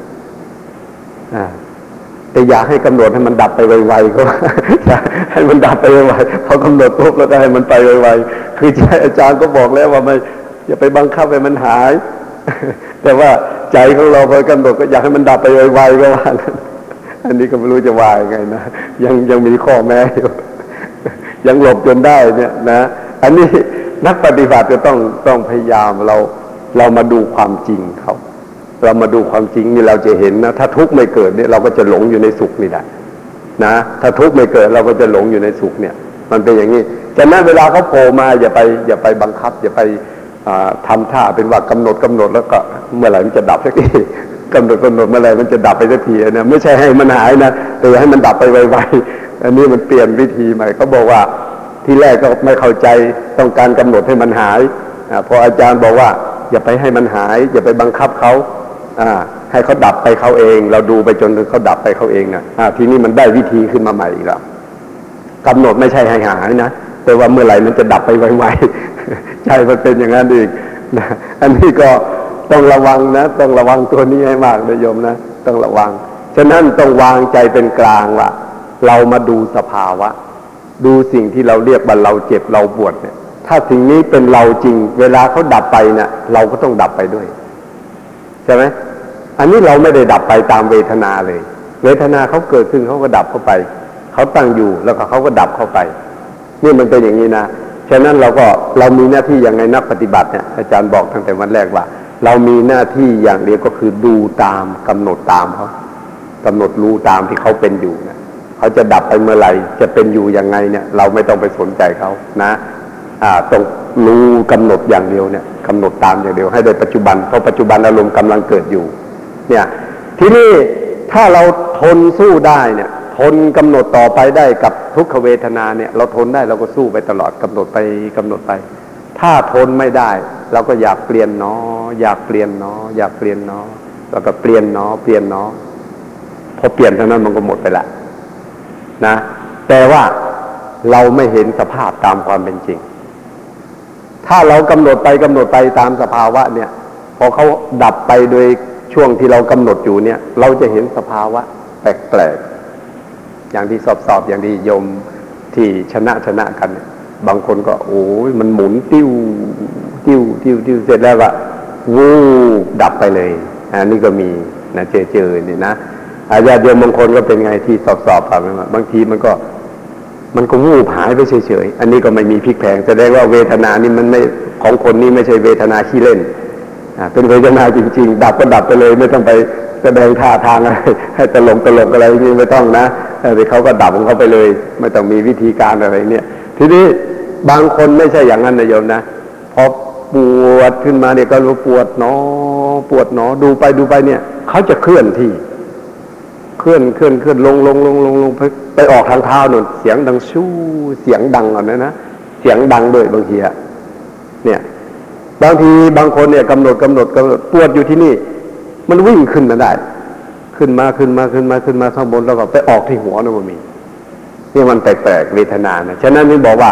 แต่อยากให้กำหนดให้มันดับไปไวๆก็ให้มันดับไปไวๆพอกำหนดปุ๊บแล้วก็ให้มันไปไวๆคือใจอาจารย์ก็บอกแล้วว่าไม่อย่าไปบังคับให้มันหายแต่ว่าใจของเราพอกำหนดก็อยากให้มันดับไปไวๆก็ว่าอันนี้ก็ไม่รู้จะว่ายังไงนะยังมีข้อแม้อยู่ยังหลบจนได้เนี่ยนะอันนี้นักปฏิบัติก็ต้องพยายามเรามาดูความจริงเรามาดูความจริงนี่เราจะเห็นนะถ้าทุกข์ไม่เกิดเนี่ยเราก็จะหลงอยู่ในสุขนี่แหละนะถ้าทุกข์ไม่เกิดเราก็จะหลงอยู่ในสุขเนี่ยมันเป็นอย่างนี้ฉะนั้นเวลาเขาโผล่มาอย่าไปบังคับอย่าไปทำท่าเป็นว่ากำหนดแล้วก็เมื่อไหร่มันจะดับสักทีกำหนดเมื่อไหร่มันจะดับไปสักทีนะไม่ใช่ให้มันหายนะแต่ให้มันดับไปไวๆอันนี้มันเปลี่ยนวิธีใหม่เขาบอกว่าที่แรกก็ไม่เข้าใจต้องการกำหนดให้มันหายพออาจารย์บอกว่าอย่าไปให้มันหายอย่าไปบังคับเขาให้เขาดับไปเขาเองเราดูไปจนเขาดับไปเขาเองนะทีนี้มันได้วิธีขึ้นมาใหม่อีกแล้วกำหนดไม่ใช่ให้หายนะแต่ว่าเมื่อไหร่มันจะดับไปไวๆใช่มันเป็นอย่างนั้นอีกนะอันนี้ก็ต้องระวังนะต้องระวังตัวนี้ให้มากนะโยมนะต้องระวังฉะนั้นต้องวางใจเป็นกลางว่าเรามาดูสภาวะดูสิ่งที่เราเรียกว่าเราเจ็บเราปวดเนี่ยถ้าสิ่งนี้เป็นเราจริงเวลาเขาดับไปเนี่ยเราก็ต้องดับไปด้วยใช่ไหมอันนี้เราไม่ได้ดับไปตามเวทนาเลยเวทนาเขาเกิดขึ้นเขาก็ดับเข้าไปเขาตั้งอยู่แล้วก็เขาก็ดับเข้าไปนี่มันเป็นอย่างนี้นะฉะนั้นเรามีหน้าที่อย่างไงนักปฏิบัติเนี่ยอาจารย์บอกตั้งแต่วันแรกว่าเรามีหน้าที่อย่างเดียวก็คือดูตามกำหนดตามเขากำหนดรู้ตามที่เขาเป็นอยู่นะเขาจะดับไปเมื่อไหร่จะเป็นอยู่ยังไงเนี่ยเราไม่ต้องไปสนใจเขานะต้องรู้กำหนดอย่างเดียวเนี่ยกำหนดตามอย่างเดียวให้ได้ปัจจุบันเพราะปัจจุบันอารมณ์กำลังเกิดอยู่เนี่ยทีนี้ถ้าเราทนสู้ได้เนี่ยทนกำหนดต่อไปได้กับทุกขเวทนาเนี่ยเราทนได้เราก็สู้ไปตลอดกำหนดไปถ้าทนไม่ได้เราก็อยากเปลี่ยนอยากเปลี่ยนแล้วก็เปลี่ยนพอเปลี่ยนเท่านั้นมันก็หมดไปละนะแต่ว่าเราไม่เห็นสภาพตามความเป็นจริงถ้าเรากำหนดไปตามสภาวะเนี่ยพอเขาดับไปโดยช่วงที่เรากำหนดอยู่เนี่ยเราจะเห็นสภาวะแปลกๆอย่างที่สอบอย่างที่โยมที่ชนะกันเนี่ยบางคนก็โอ้ยมันหมุนติ้วเสร็จแล้วก็วูบดับไปเลยอันนี้ก็มีนะเจอเนี่ยนะญาติโยมบางคนก็เป็นไงที่สอบผ่านมาบางทีมันก็วูบหายไปเฉยๆอันนี้ก็ไม่มีพลิกแพลงแสดงว่าเวทนานี่มันไม่ของคนนี้ไม่ใช่เวทนาขี้เล่นเป็นเวทนาจริงๆดับก็ดับไปเลยไม่ต้องไปแสดงท่าทางอะไรให้ตลกอะไรนี่ไม่ต้องนะแต่เขาก็ดับของเขาไปเลยไม่ต้องมีวิธีการอะไรเนี่ยทีนี้บางคนไม่ใช่อย่างนั้นนะโยมนะพอปวดขึ้นมาเนี่ยก็รู้ปวดหนอดูไปเนี่ยเขาจะเคลื่อนที่เคลื่อนลงไปออกทางเท้าหนุนเสียงดังชู้เสียงดังก่อนนะเสียงดังด้วยบางทีเนี่ยบางทีบางคนเนี่ยกำหนดปวดอยู่ที่นี่มันวิ่งขึ้นมาได้ขึ้นมาข้างบนแล้วก็ไปออกที่หัวนะมันมีนี่มันแปลกๆเวทนานะฉะนั้นนี่บอกว่า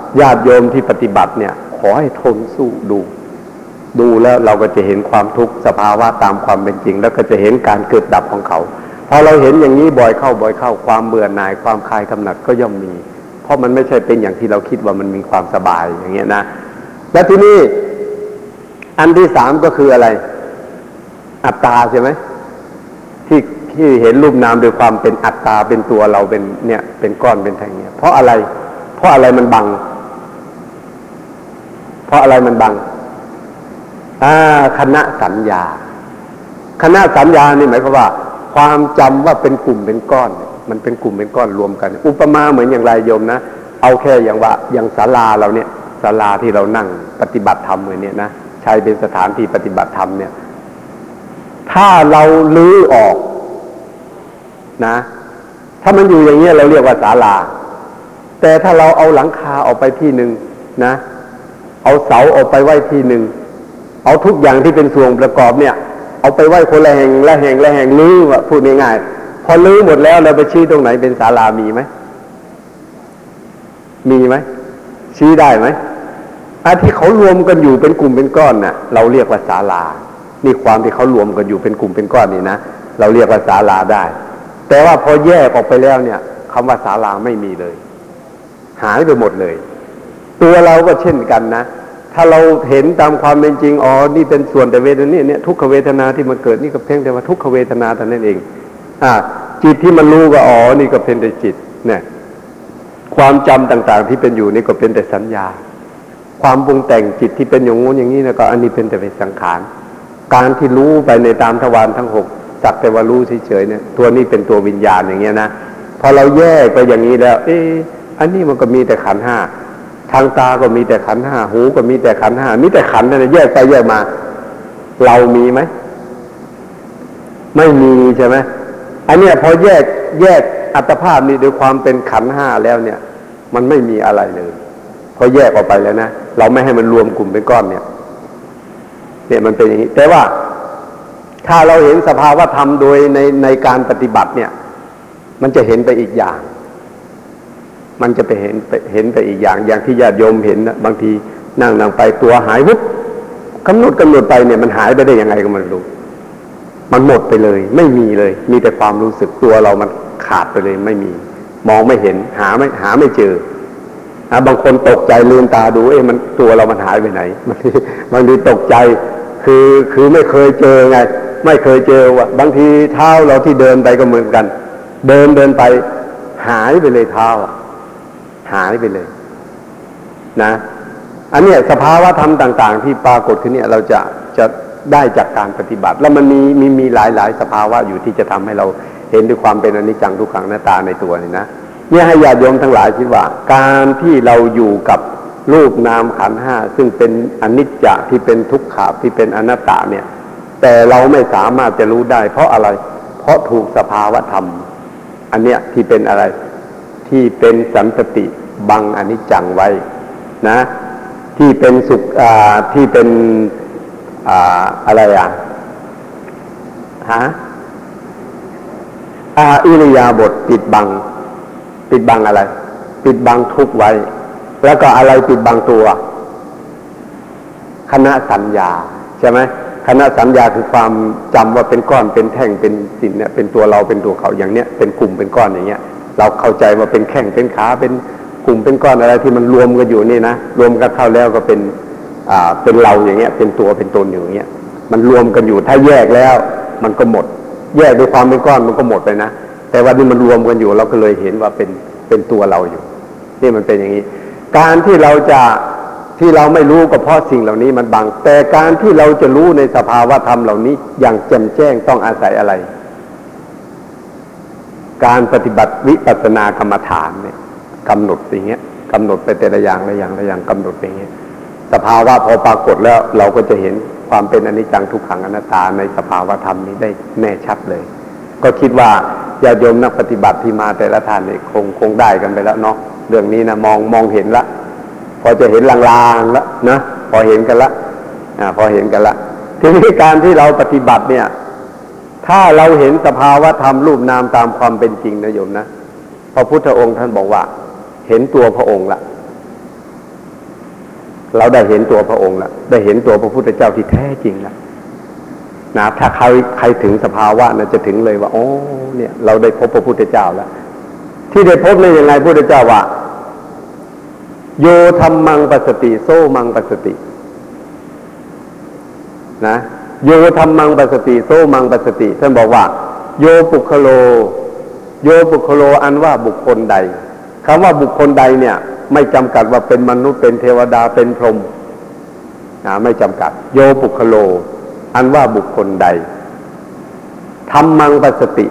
ญาติโยมที่ปฏิบัติเนี่ยขอให้ทนสู้ดูแล้วเราก็จะเห็นความทุกข์สภาวะตามความเป็นจริงแล้วก็จะเห็นการเกิดดับของเขาพอเราเห็นอย่างนี้บ่อยเข้าความเบื่อหน่ายความคลายกำหนัดก็ย่อมมีเพราะมันไม่ใช่เป็นอย่างที่เราคิดว่ามันมีความสบายอย่างเงี้ยนะและทีนี้อันที่สามก็คืออะไรอัตตาใช่ไหมที่เห็นรูปนามโดยความเป็นอัตตาเป็นตัวเราเป็นเนี่ยเป็นก้อนเป็นแท่งเนี่ยเพราะอะไรมันบังคณะสัญญานี่หมายความว่าความจำว่าเป็นกลุ่มเป็นก้อนมันเป็นกลุ่มเป็นก้อนรวมกันอุปมาเหมือนอย่างไรโยมนะเอาแค่อย่างว่าอย่างศาลาเราเนี่ยศาลาที่เรานั่งปฏิบัติธรรมเหมือนเนี่ยนะใช้เป็นสถานที่ปฏิบัติธรรมเนี่ยถ้าเราลื้อออกนะถ้ามันอยู่อย่างเงี้ยเราเรียกว่าศาลาแต่ถ้าเราเอาหลังคาออกไปที่หนึ่งนะเอาเสาออกไปไว้ที่หนึ่งเอาทุกอย่างที่เป็นส่วนประกอบเนี่ยเอาไปไว้คนละแห่งลื้อว่าพูดง่ายๆพอลื้อหมดแล้วเราไปชี้ตรงไหนเป็นศาลามีไหมชี้ได้ไหมที่เขารวมกันอยู่เป็นกลุ่มเป็นก้อนน่ะเราเรียกว่าศาลานี่ความที่เขารวมกันอยู่เป็นกลุ่มเป็นก้อนนี่นะเราเรียกว่าศาลาได้แต่ว่าพอแยกออกไปแล้วเนี่ยคำว่าศาลาไม่มีเลยหายไปหมดเลยตัวเราก็เช่นกันนะถ้าเราเห็นตามความเป็นจริงนี่เป็นส่วนแต่เวทนาเนี่ยทุกขเวทนาที่มันเกิดนี่ก็เพียงแต่ว่าทุกขเวทนาเท่านั้นเองจิตที่มันรู้ก็นี่ก็เป็นแต่จิตเนี่ยความจำต่างๆที่เป็นอยู่นี่ก็เป็นแต่สัญญาความปรุงแต่งจิตที่เป็นอย่างงู้นอย่างนี้นะก็อันนี้เป็นแต่เป็นสังขารการที่รู้ไปในตามทวารทั้งหกสักแต่ว่ารู้เฉยๆเนี่ยตัวนี้เป็นตัววิญญาณอย่างเงี้ยนะพอเราแยกไปอย่างนี้แล้วอันนี้มันก็มีแต่ขันธ์ห้าทางตาก็มีแต่ขันธ์ห้าหูก็มีแต่ขันธ์ห้ามีแต่ขันธ์นั่นแหละแยกไปแยกมาเรามีไหมไม่มีใช่ไหมอันเนี้ยพอแยกอัตภาพนี้ด้วยความเป็นขันธ์ห้าแล้วเนี่ยมันไม่มีอะไรเลยพอแยกออกไปแล้วนะเราไม่ให้มันรวมกลุ่มเป็นก้อนเนี่ยมันเป็นอย่างนี้แต่ว่าถ้าเราเห็นสภาวะธรรมโดยในการปฏิบัติเนี่ยมันจะเห็นไปอีกอย่างมันจะไปเห็นไปอีกอย่างที่ญาติโยมเห็นนะบางทีนั่งไปตัวหายวุบกำหนดไปเนี่ยมันหายไปได้ยังไงก็ไม่รู้มันหมดไปเลยไม่มีเลยมีแต่ความรู้สึกตัวเรามันขาดไปเลยไม่มีมองไม่เห็นหาไม่เจอบางคนตกใจลืมตาดูมันตัวเรามันหายไปไหนบางทีตกใจคือไม่เคยเจอไงไม่เคยเจอว่าบางทีเท้าเราที่เดินไปก็เหมือนกันเดินไปหายไปเลยเท้าหายไปเลยนะอันเนี้ยสภาวะธรรมต่างๆที่ปรากฏขึ้นเนี่ยเราจะได้จากการปฏิบัติแล้วมันมีหลายสภาวะอยู่ที่จะทำให้เราเห็นด้วยความเป็นอนิจจังทุกขังอนัตตาในตัวนี่นะเนี่ยให้ญาติโยมทั้งหลายคิดว่าการที่เราอยู่กับรูปนามขันธ์ห้าซึ่งเป็นอนิจจะที่เป็นทุกขะที่เป็นอนัตตาเนี่ยแต่เราไม่สามารถจะรู้ได้เพราะอะไรเพราะถูกสภาวะธรรมอันเนี้ยที่เป็นอะไรที่เป็นสันตติบังอนิจจังไว้นะที่เป็นสุขที่เป็นอะไรอิริยาบถปิดบังอะไรปิดบังทุกข์ไว้แล้วก็อะไรปิดบังตัวคณะสัญญาใช่ไหมคณะสัญญาคือความจำว่าเป็นก้อนเป็นแท่งเป็นสิ่งเนี่ยเป็นตัวเราเป็นตัวเขาอย่างเนี้ยเป็นกลุ่มเป็นก้อนอย่างเงี้ยเราเข้าใจว่าเป็นแข้งเป็นขาเป็นกลุ่มเป็นก้อนอะไรที่มันรวมกันอยู่นี่นะรวมกันเข้าแล้วก็เป็นเราอย่างเงี้ยเป็นตัวเป็นตนอยู่อย่างเงี้ยมันรวมกันอยู่ถ้าแยกแล้วมันก็หมดแยกด้วยความเป็นก้อนมันก็หมดไปนะแต่ว่านี่มันรวมกันอยู่เราก็เลยเห็นว่าเป็นตัวเราอยู่นี่มันเป็นอย่างนี้การที่เราไม่รู้ก็เพราะสิ่งเหล่านี้มันบังแต่การที่เราจะรู้ในสภาวะธรรมเหล่านี้อย่างแจ่มแจ้งต้องอาศัยอะไรการปฏิบัติวิปัสสนากรรมฐานเนี่ยกำหนดอย่างเงี้ยกำหนดไปแต่ละอย่างกำหนดไปอย่างเงี้ยสภาวะพอปรากฏแล้วเราก็จะเห็นความเป็นอนิจจังทุกขังอนัตตาในสภาวะธรรมนี้ได้แน่ชัดเลยก็คิดว่าญาติโยมนักปฏิบัติที่มาแต่ละท่านเนี่ยคงได้กันไปแล้วเนาะเรื่องนี้นะมองเห็นละพอจะเห็นลางๆแล้วนะพอเห็นกันละทีนี้การที่เราปฏิบัติเนี่ยถ้าเราเห็นสภาวะธรรมรูปนามตามความเป็นจริงนะโยมนะพระพุทธองค์ท่านบอกว่าเห็นตัวพระองค์ละเราได้เห็นตัวพระองค์แล้วได้เห็นตัวพระพุทธเจ้าที่แท้จริงแล้วนะถ้าใครถึงสภาวะนั้นจะถึงเลยว่าโอ้เนี่ยเราได้พบพระพุทธเจ้าแล้วที่ได้พบนี่ยังไงพระพุทธเจ้าว่าโยธัมมังปัสสติโซมังปัสสตินะโยธัมมังปัสสติโซมังปัสสติท่านบอกว่าโยปุคโลโยปุคโลอันว่าบุคคลใดคำว่าบุคคลใดเนี่ยไม่จำกัดว่าเป็นมนุษย์เป็นเทวดาเป็นพรหมไม่จำกัดโยปุคโลอันว่าบุคคลใดธัมมังปัสสติ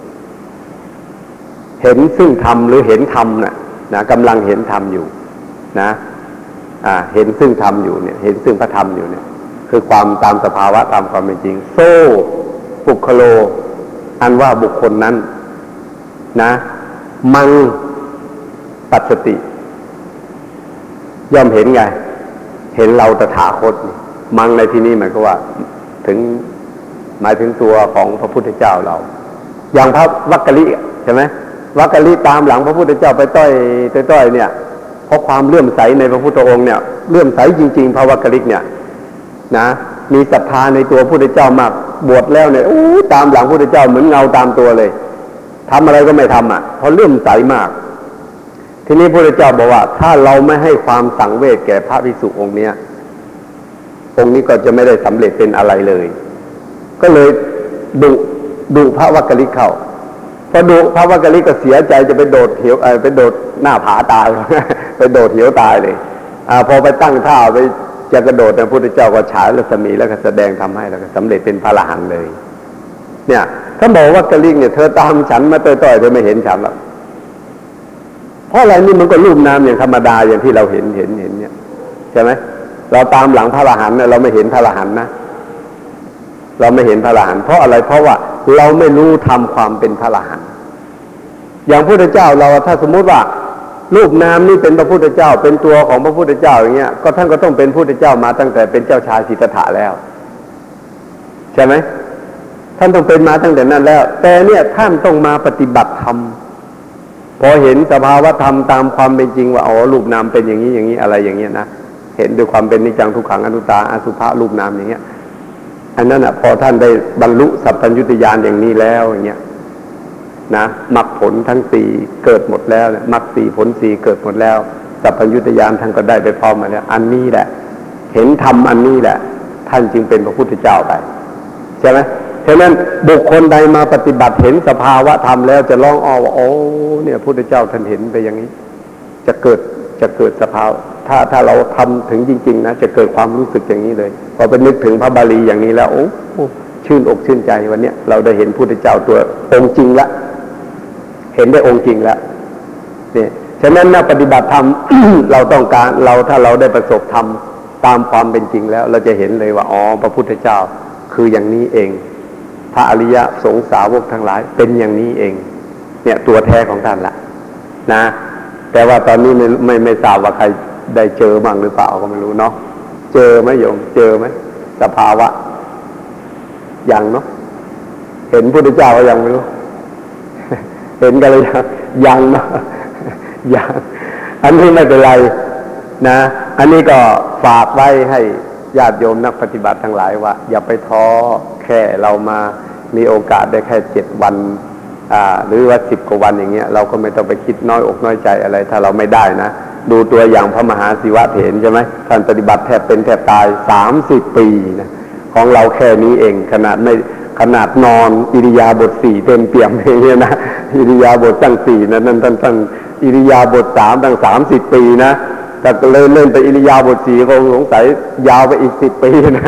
เห็นซึ่งธรรมหรือเห็นธรรมนะกำลังเห็นธรรมอยู่นะเห็นซึ่งธรรมอยู่เนี่ยเห็นซึ่งพระธรรมอยู่เนี่ยคือความตามสภาวะตามความเป็นจริงโซปุคโลอันว่าบุคคลนั้นนะมังปัสสติย่อมเห็นไงเห็นเราตถาคตมังในที่นี้หมายความว่าถึงหมายถึงตัวของพระพุทธเจ้าเราอย่างพระวักกะลิใช่ไหมวักกะลิตามหลังพระพุทธเจ้าไปต้อยเนี่ยเพราะความเลื่อมใสในพระพุทธองค์เนี่ยเลื่อมใสจริงๆพระวักกะลิเนี่ยนะมีศรัทธาในตัวพระพุทธเจ้ามากบวชแล้วเนี่ยตามหลังพระพุทธเจ้าเหมือนเงาตามตัวเลยทำอะไรก็ไม่ทำเพราะเลื่อมใสมากทีนี้พระพุทธเจ้าบอกว่าถ้าเราไม่ให้ความสังเวชแก่พระภิกษุองค์นี้ก็จะไม่ได้สำเร็จเป็นอะไรเลยก็เลยดุพระวักกะลิเข้าพอดุพระวักกะลิก็เสียใจจะไปโดดเหวไปโดดหน้าผาตาย ไปโดดเหวตายเลยพอไปตั้งท่าไปจะกระโดดพระพุทธเจ้าก็ฉายรัศมีแล้วก็แสดงทำให้แล้วก็สำเร็จเป็นพระอรหันต์เลยเนี่ยถ้าบอกวักกะลิเนี่ยเธอตามฉันมาต่อยๆเธอไม่เห็นฉันหรอกเพราะอะไรนี่มันก็รูปนามอย่างธรรมดาอย่างที่เราเห็นเนี่ยใช่ไหมเราตามหลังพระอรหันต์เนี่ยเราไม่เห็นพระอรหันต์นะเราไม่เห็นพระอรหันต์เพราะอะไรเพราะว่าเราไม่รู้ทำความเป็นพระอรหันต์อย่างพระพุทธเจ้าเราถ้าสมมุติว่ารูปนามนี่เป็นพระพุทธเจ้าเป็นตัวของพระพุทธเจ้าอย่างเงี้ยก็ท่านก็ต้องเป็นพระพุทธเจ้ามาตั้งแต่เป็นเจ้าชายสิทธัตถะแล้วใช่ไหมท่านต้องเป็นมาตั้งแต่นั้นแล้วแต่เนี่ยท่านต้องมาปฏิบัติธรรมพอเห็นสภาวะธรรมตามความเป็นจริงว่ารูปนามเป็นอย่างนี้อะไรอย่างเงี้ยนะเห็นด้วยความเป็นนิจจังทุกขังอนัตตาอสุภะรูปนามอย่างเงี้ยอันนั้นพอท่านได้บรรลุสัพพัญญุตญาณอย่างนี้แล้วอย่างเงี้ยนะมรรคผลทั้งสี่เกิดหมดแล้วมรรคสี่ผลสี่เกิดหมดแล้วสัพพัญญุตญาณท่านก็ได้ไปพร้อมมาแล้วอันนี้แหละเห็นธรรมอันนี้แหละท่านจึงเป็นพระพุทธเจ้าไปใช่ไหมฉะนั้นบุคคลใดมาปฏิบัติเห็นสภาวะธรรมแล้วจะร้องว่าเนี่ยพระพุทธเจ้าท่านเห็นไปอย่างนี้จะเกิดสภาวะถ้าเราทำถึงจริงๆนะจะเกิดความรู้สึกอย่างนี้เลยพอไปนึกถึงพระบาลีอย่างนี้แล้วชื่นอกชื่นใจวันนี้เราได้เห็นพระพุทธเจ้าตัวองค์จริงแล้วเห็นได้องค์จริงแล้วนี่ฉะนั้นนักปฏิบัติธรรม เราต้องการถ้าเราได้ประสบธรรมตามความเป็นจริงแล้วเราจะเห็นเลยว่าพระพุทธเจ้าคืออย่างนี้เองพระอริยสงฆ์สาวกทั้งหลายเป็นอย่างนี้เองเนี่ยตัวแท้ของท่านละนะแต่ว่าตอนนี้ไม่ทราบว่าใครได้เจอบ้างหรือเปล่าก็ไม่รู้เนาะเจอไหมโยมเจอไหมสภาวะยังเนาะเห็นพุทธเจ้าก็ยังไม่รู้ เห็นกันเลยยังเนาะยังอันนี้ไม่เป็นไรนะอันนี้ก็ฝากไว้ให้ญาติโยมนักปฏิบัติทั้งหลายว่าอย่าไปท้อแค่เรามามีโอกาสได้แค่7 วันหรือว่า10 กว่าวันอย่างเงี้ยเราก็ไม่ต้องไปคิดน้อยอกน้อยใจอะไรถ้าเราไม่ได้นะดูตัวอย่างพระมหาศิวะเถรใช่ไหมท่านปฏิบัติแทบเป็นแทบตาย30 ปีนะของเราแค่นี้เองขนาดนอนอิริยาบถ4เต็มเปี่ยมอย่างเงี้ยนะอิริยาบถตั้ง4นะนั่นท่านอิริยาบถ3ตั้ง30 ปีนะแต่เล่นไปอิริยาบถ4คงสงสัยยาวไปอีก10 ปีนะ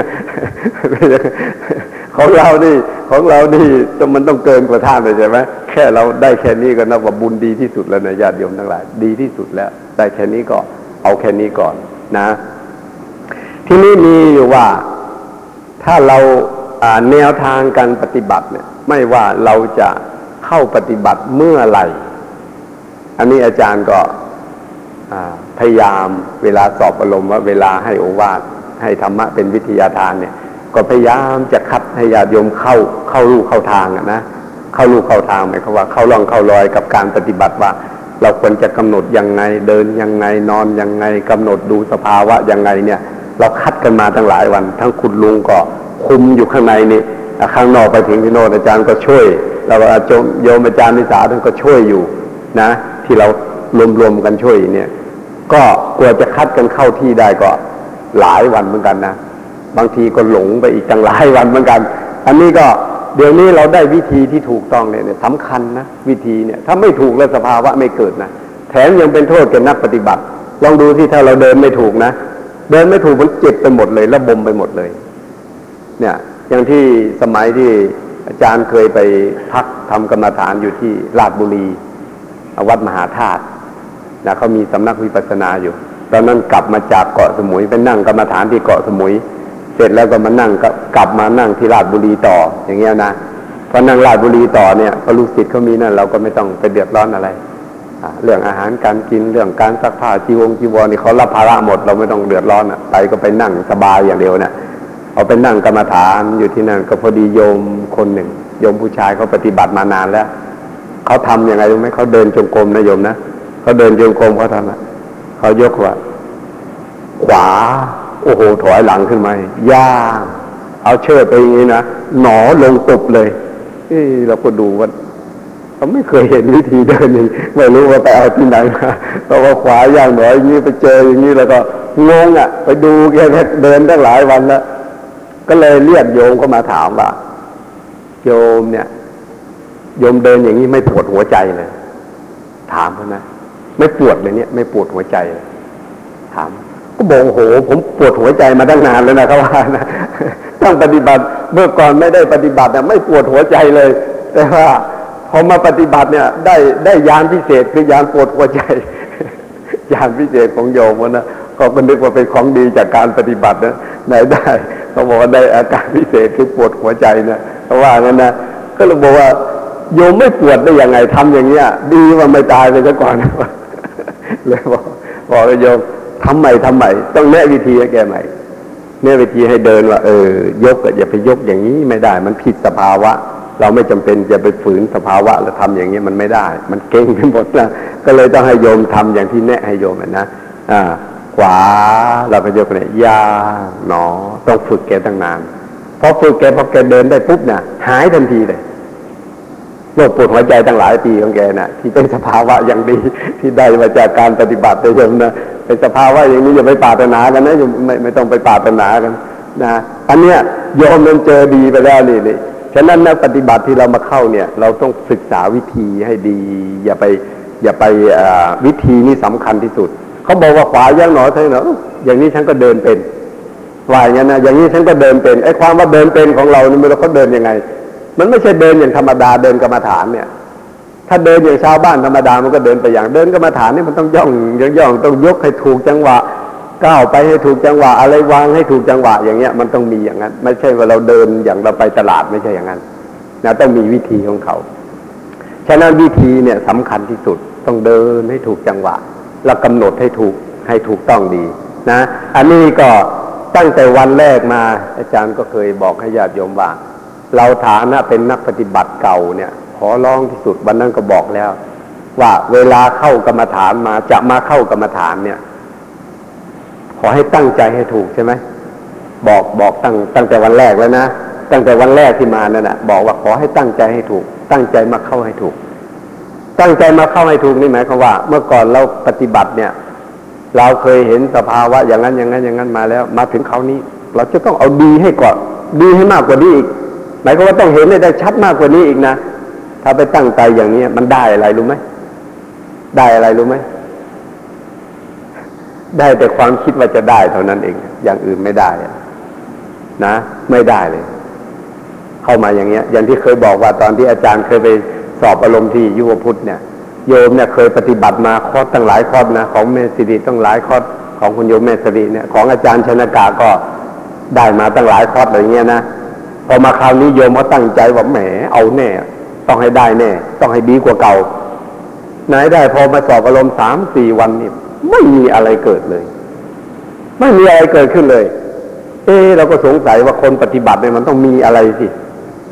ของเรานี่มันต้องเกินกว่าท่านเลยใช่ไหมแค่เราได้แค่นี้ก็นับว่าบุญดีที่สุดแล้วนะญาติโยมทั้งหลายดีที่สุดแล้วได้แค่นี้ก็เอาแค่นี้ก่อนนะที่นี่มีอยู่ว่าถ้าเราแนวทางการปฏิบัติเนี่ยไม่ว่าเราจะเข้าปฏิบัติเมื่อไหร่อันนี้อาจารย์ก็พยายามเวลาสอบอารมณ์ว่าเวลาให้โอวาทให้ธรรมะเป็นวิทยาทานเนี่ยก็พยายามจะคัดให้ญาติโยมเข้ารูเข้าทางนะเข้ารูเข้าทางหมายความว่าเข้าร่องเข้ารอยกับการปฏิบัติว่าเราควรจะกำหนดยังไงเดินยังไงนอนยังไงกำหนดดูสภาวะยังไงเนี่ยเราคัดกันมาตั้งหลายวันทั้งคุณลุงก็คุมอยู่ข้างในนี่ข้างนอกไปถึงที่โน่นอาจารย์ก็ช่วยเราโยมอาจารย์นิสาท่านก็ช่วยอยู่นะที่เรารวมกันช่วยเนี่ยก็กลัวจะคัดกันเข้าที่ได้ก็หลายวันเหมือนกันนะบางทีก็หลงไปอีกตั้งหลายวันเหมือนกันอันนี้ก็เดี๋ยวนี้เราได้วิธีที่ถูกต้องเนี่ยสำคัญนะวิธีเนี่ยถ้าไม่ถูกแล้วสภาวะไม่เกิดนะแถมยังเป็นโทษแก่นักปฏิบัติลองดูที่ถ้าเราเดินไม่ถูกนะเดินไม่ถูกมันเจ็บไปหมดเลยระบมไปหมดเลยเนี่ยอย่างที่สมัยที่อาจารย์เคยไปพักทำกรรมฐานอยู่ที่ราชบุรีวัดมหาธาตุนะเขามีสำนักวิปัสสนาอยู่ตอนนั้นกลับมาจากเกาะสมุยไปนั่งกรรมฐานที่เกาะสมุยเสร็จแล้วก็มานั่งกลับมานั่งที่ราชบุรีต่ออย่างเงี้ยนะพอนั่งราชบุรีต่อเนี่ยพอลูกศิษย์เขามีนั่นเราก็ไม่ต้องไปเดือดร้อนอะไรเรื่องอาหารการกินเรื่องการซักผ้าจีวรนี่เขารับภาระหมดเราไม่ต้องเดือดร้อนไปก็ไปนั่งสบายอย่างเดียวเนี่ยเอาไปนั่งกรรมฐานอยู่ที่นั่นก็พอดีโยมคนหนึ่งโยมผู้ชายเขาปฏิบัติมานานแล้วเขาทำยังไงรู้ไหมเขาเดินจงกรมนะโยมนะเขาเดินจงกรมเขาทำเขายกว่าขวาโอ้โหถอยหลังขึ้นมาย่าเอาเชิดไปอย่างนี้นะหนอลงตุบเลยเราก็ดูว่าเขาไม่เคยเห็นวิธีเดินนี่ไม่รู้ว่าไปเอาที่ไหนมาเพราะว่าขวาย่างหนออย่างนี้ไปเจออย่างนี้แล้วก็งงไปดูแกเดินตั้งหลายวันแล้วก็เลยเรียกโยมเข้ามาถามว่าโยมเนี่ยโยมเดินอย่างนี้ไม่ปวดหัวใจเลยถามเขานะไม่ปวดเลยเนี่ยไม่ปวดหัวใจถามก็บอกโอ้โหผมปวดหัวใจมาตั้งนานแล้วนะเขาว่านะต้องปฏิบัติเมื่อก่อนไม่ได้ปฏิบัติเนี่ยไม่ปวดหัวใจเลยแต่ว่าพอมาปฏิบัติเนี่ยได้ญาณพิเศษคือญาณปวดหัวใจญาณพิเศษของโยมนะก็นึกว่าเป็นของดีจากการปฏิบัตินะไหนได้เขาบอกว่าได้อาการพิเศษคือปวดหัวใจนะเขาว่างั้นนะก็เลยบอกว่าโยมไม่ปวดได้ยังไงทำอย่างเงี้ยดีว่าไม่ตายไปซะก่อนนะเลยบอกโยมทำใหม่ต้องแนะวิธีให้แกใหม่แนะวิธีให้เดินว่ายกอย่าไปยกอย่างนี้ไม่ได้มันผิดสภาวะเราไม่จำเป็นจะไปฝืนสภาวะแล้วทำอย่างนี้มันไม่ได้มันเก่งไปหมดนะก็เลยต้องให้โยมทำอย่างที่แนะให้โยมนะขวาเราก็ยกเนี่ยย่างหนอต้องฝึกแกตั้งนานพอฝึกแกพอแกเดินได้ปุ๊บเนี่ยหายทันทีเลยโรคปวดหัวใจตั้งหลายปีของแกน่ะที่เป็นสภาวะอย่างดีที่ได้มาจากการปฏิบัติโดยเฉพาะนะเป็นสภาวะอย่างนี้อย่าไปปรารถนากันนะไม่ต้องไปปรารถนากันนะอันเนี้ยโยมมันเจอดีไปแล้วนี่ฉะนั้นนักปฏิบัติที่เรามาเข้าเนี่ยเราต้องศึกษาวิธีให้ดีอย่าไปวิธีนี้สำคัญที่สุดเขาบอกว่าขวาย่างหนอเท่านั้นอย่างนี้ฉันก็เดินเป็นว่าอย่างนั้นนะอย่างนี้ฉันก็เดินเป็นไอ้ความว่าเดินเป็นของเรานี่ไม่รู้เขาเดินยังไงมันไม่ใช่เดินอย่างธรรมดาเดินกรรมฐานเนี่ยถ้าเดินอย่างชาวบ้านธรรมดามันก็เดินไปอย่างเดินกรรมฐานนี่มันต้องย่องต้องยกให้ถูกจังหวะก้าวไปให้ถูกจังหวะอะไรวางให้ถูกจังหวะอย่างเงี้ยมันต้องมีอย่างนั้นไม่ใช่ว่าเราเดินอย่างเราไปตลาดไม่ใช่อย่างนั้นนะต้องมีวิธีของเขาฉะนั้นวิธีเนี่ยสำคัญที่สุดต้องเดินให้ถูกจังหวะแล้วกำหนดให้ถูกต้องดีนะอันนี้ก็ตั้งแต่วันแรกมาอาจารย์ก็เคยบอกให้ญาติโยมว่าเราฐานะเป็นนักปฏิบัติเก่าเนี่ยขอร้องที่สุดวันนั้นก็บอกแล้วว่าเวลาเข้ากรรมฐานมาจะมาเข้ากรรมฐานเนี่ยขอให้ตั้งใจให้ถูกใช่ไหมบอกตั้งแต่วันแรกแล้วนะตั้งแต่วันแรกที่มานั่นน่ะบอกว่าขอให้ตั้งใจให้ถูกตั้งใจมาเข้าให้ถูกตั้งใจมาเข้าให้ถูกนี่หมายความว่าเมื่อก่อนเราปฏิบัติเนี่ยเราเคยเห็นสภาวะอย่างนั้นมาแล้วมาถึงคราวนี้เราจะต้องเอาดีให้ก่อนดีให้มากกว่านี้อีกหมายความว่าต้องเห็นได้ชัดมากกว่านี้อีกนะถ้าไปตั้งใจอย่างนี้มันได้อะไรรู้ไหมได้อะไรรู้ไหมได้แต่ความคิดว่าจะได้เท่านั้นเองอย่างอื่นไม่ได้นะไม่ได้เลยเข้ามาอย่างเงี้ยอย่างที่เคยบอกว่าตอนที่อาจารย์เคยไปสอบอารมณ์ที่ยุวพุทธเนี่ยโยมเนี่ยเคยปฏิบัติมาคอร์สตั้งหลายคอร์สนะของเมสิริตั้งหลายคอร์สของคุณโยมเมสิริเนี่ยของอาจารย์ชนกาก็ได้มาตั้งหลายคอร์สอะไรเงี้ยนะพอมาคราวนี้โยมเขาตั้งใจว่าแหมเอาแน่ต้องให้ได้แน่ต้องให้ดีกว่าเก่าไหนได้พอมาสอบอารมณ์ 3-4 วันนี่ไม่มีอะไรเกิดเลยไม่มีอะไรเกิดขึ้นเลยเราก็สงสัยว่าคนปฏิบัติเนี่ยมันต้องมีอะไรสิ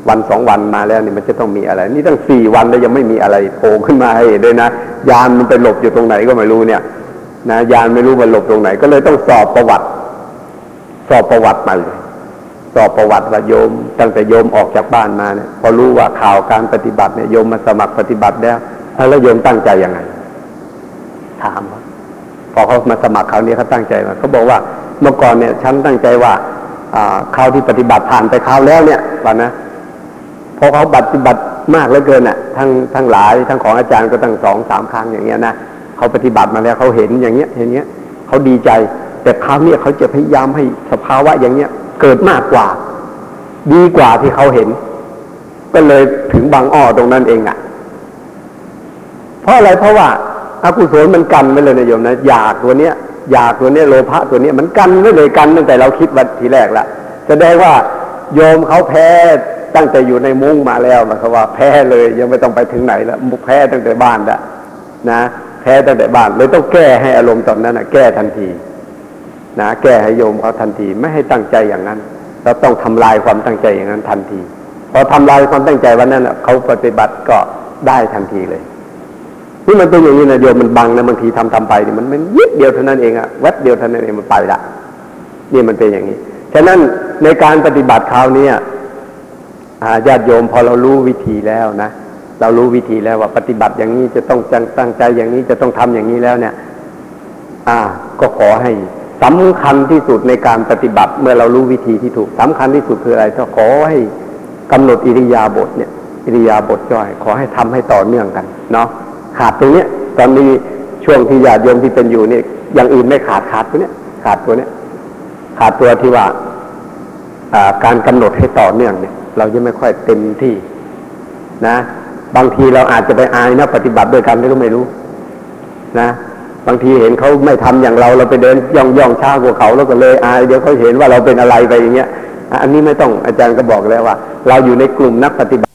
วันสองวันมาแล้วนี่มันจะต้องมีอะไรนี่ตั้ง4 วันแล้วยังไม่มีอะไรโผล่ขึ้นมาให้เห็นด้วยนะยานมันไปหลบอยู่ตรงไหนก็ไม่รู้เนี่ยนะยานไม่รู้มันหลบตรงไหนก็เลยต้องสอบประวัติใหม่สอบประวัติว่าโยมตั้งแต่โยมออกจากบ้านมาเนี่ยพอรู้ว่าข่าวการปฏิบัติเนี่ยโยมมาสมัครปฏิบัติแล้วโยมตั้งใจยังไงถามพอเขามาสมัครคราวนี้เขาตั้งใจว่าเขาบอกว่าเมื่อก่อนเนี่ยฉันตั้งใจว่าคราวที่ปฏิบัติผ่านไปคราวแล้วเนี่ยว่านะพอเขาปฏิบัติมากเหลือเกินอ่ะทั้งหลายทั้งของอาจารย์ก็ตั้ง2-3 ครั้งอย่างเงี้ยนะเขาปฏิบัติมาแล้วเขาเห็นอย่างเงี้ยเขาดีใจแต่คราวนี้เขาจะพยายามให้สภาวะอย่างเงี้ยเกิดมากกว่าดีกว่าที่เขาเห็นก็เลยถึงบางอ้อตรงนั้นเองอ่ะเพราะอะไรเพราะว่าอกุศลมันกันไว้เลยนะโยมนะอยากตัวเนี้ยโลภะตัวเนี้ยมันกันไว้เลยกันตั้งแต่เราคิดวันทีแรกละแสดงว่าโยมเขาแพ้ตั้งแต่อยู่ในมุ้งมาแล้วมันเขาว่าแพ้เลยยังไม่ต้องไปถึงไหนแล้วแพ้ตั้งแต่บ้านละนะแพ้ตั้งแต่บ้านเลยต้องแก้ให้อารมณ์ตอนนั้นนะแก้ทันทีนะแก้ให้โยมเขาทันทีไม่ให้ตั้งใจอย่างนั้นเราต้องทำลายความตั้งใจอย่างนั้นทันทีพอทำลายความตั้งใจวันนั้นเขาปฏิบัติก็ได้ทันทีเลยนี่มันเป็นอย่างนี้นะโยมมันบังนะบางทีทำไปนี่มันยิบเดียวเท่านั้นเองอะแวบเดียวเท่านั้นเองมันไปละนี่มันเป็นอย่างนี้ฉะนั้นในการปฏิบัติคราวนี้ญาติโยมพอเรารู้วิธีแล้วนะเรารู้วิธีแล้วว่าปฏิบัติอย่างนี้จะต้องตั้งใจอย่างนี้จะต้องทำอย่างนี้แล้วเนี่ยก็ขอให้สำคัญที่สุดในการปฏิบัติเมื่อเรารู้วิธีที่ถูกสำคัญที่สุดคืออะไรก็ขอให้กำหนดอิริยาบถเนี่ยอิริยาบถย่อยขอให้ทำให้ต่อเนื่องกันเนาะขาดตรงเนี้ยตอนนี้ช่วงที่ญาติโยมที่เป็นอยู่นี่อย่างอื่นไม่ขาดตัวเนี้ยขาดตัวที่ว่าการกำหนดให้ต่อเนื่องเนี่ยเรายังไม่ค่อยเต็มที่นะบางทีเราอาจจะไปอายนะปฏิบัติด้วยกันก็ไม่รู้นะบางทีเห็นเขาไม่ทำอย่างเราไปเดินย่องช้ากว่าเขาแล้วก็เลยอายเดี๋ยวเขาเห็นว่าเราเป็นอะไรไปอย่างเงี้ยอันนี้ไม่ต้องอาจารย์ก็บอกแล้วว่าเราอยู่ในกลุ่มนักปฏิบัติ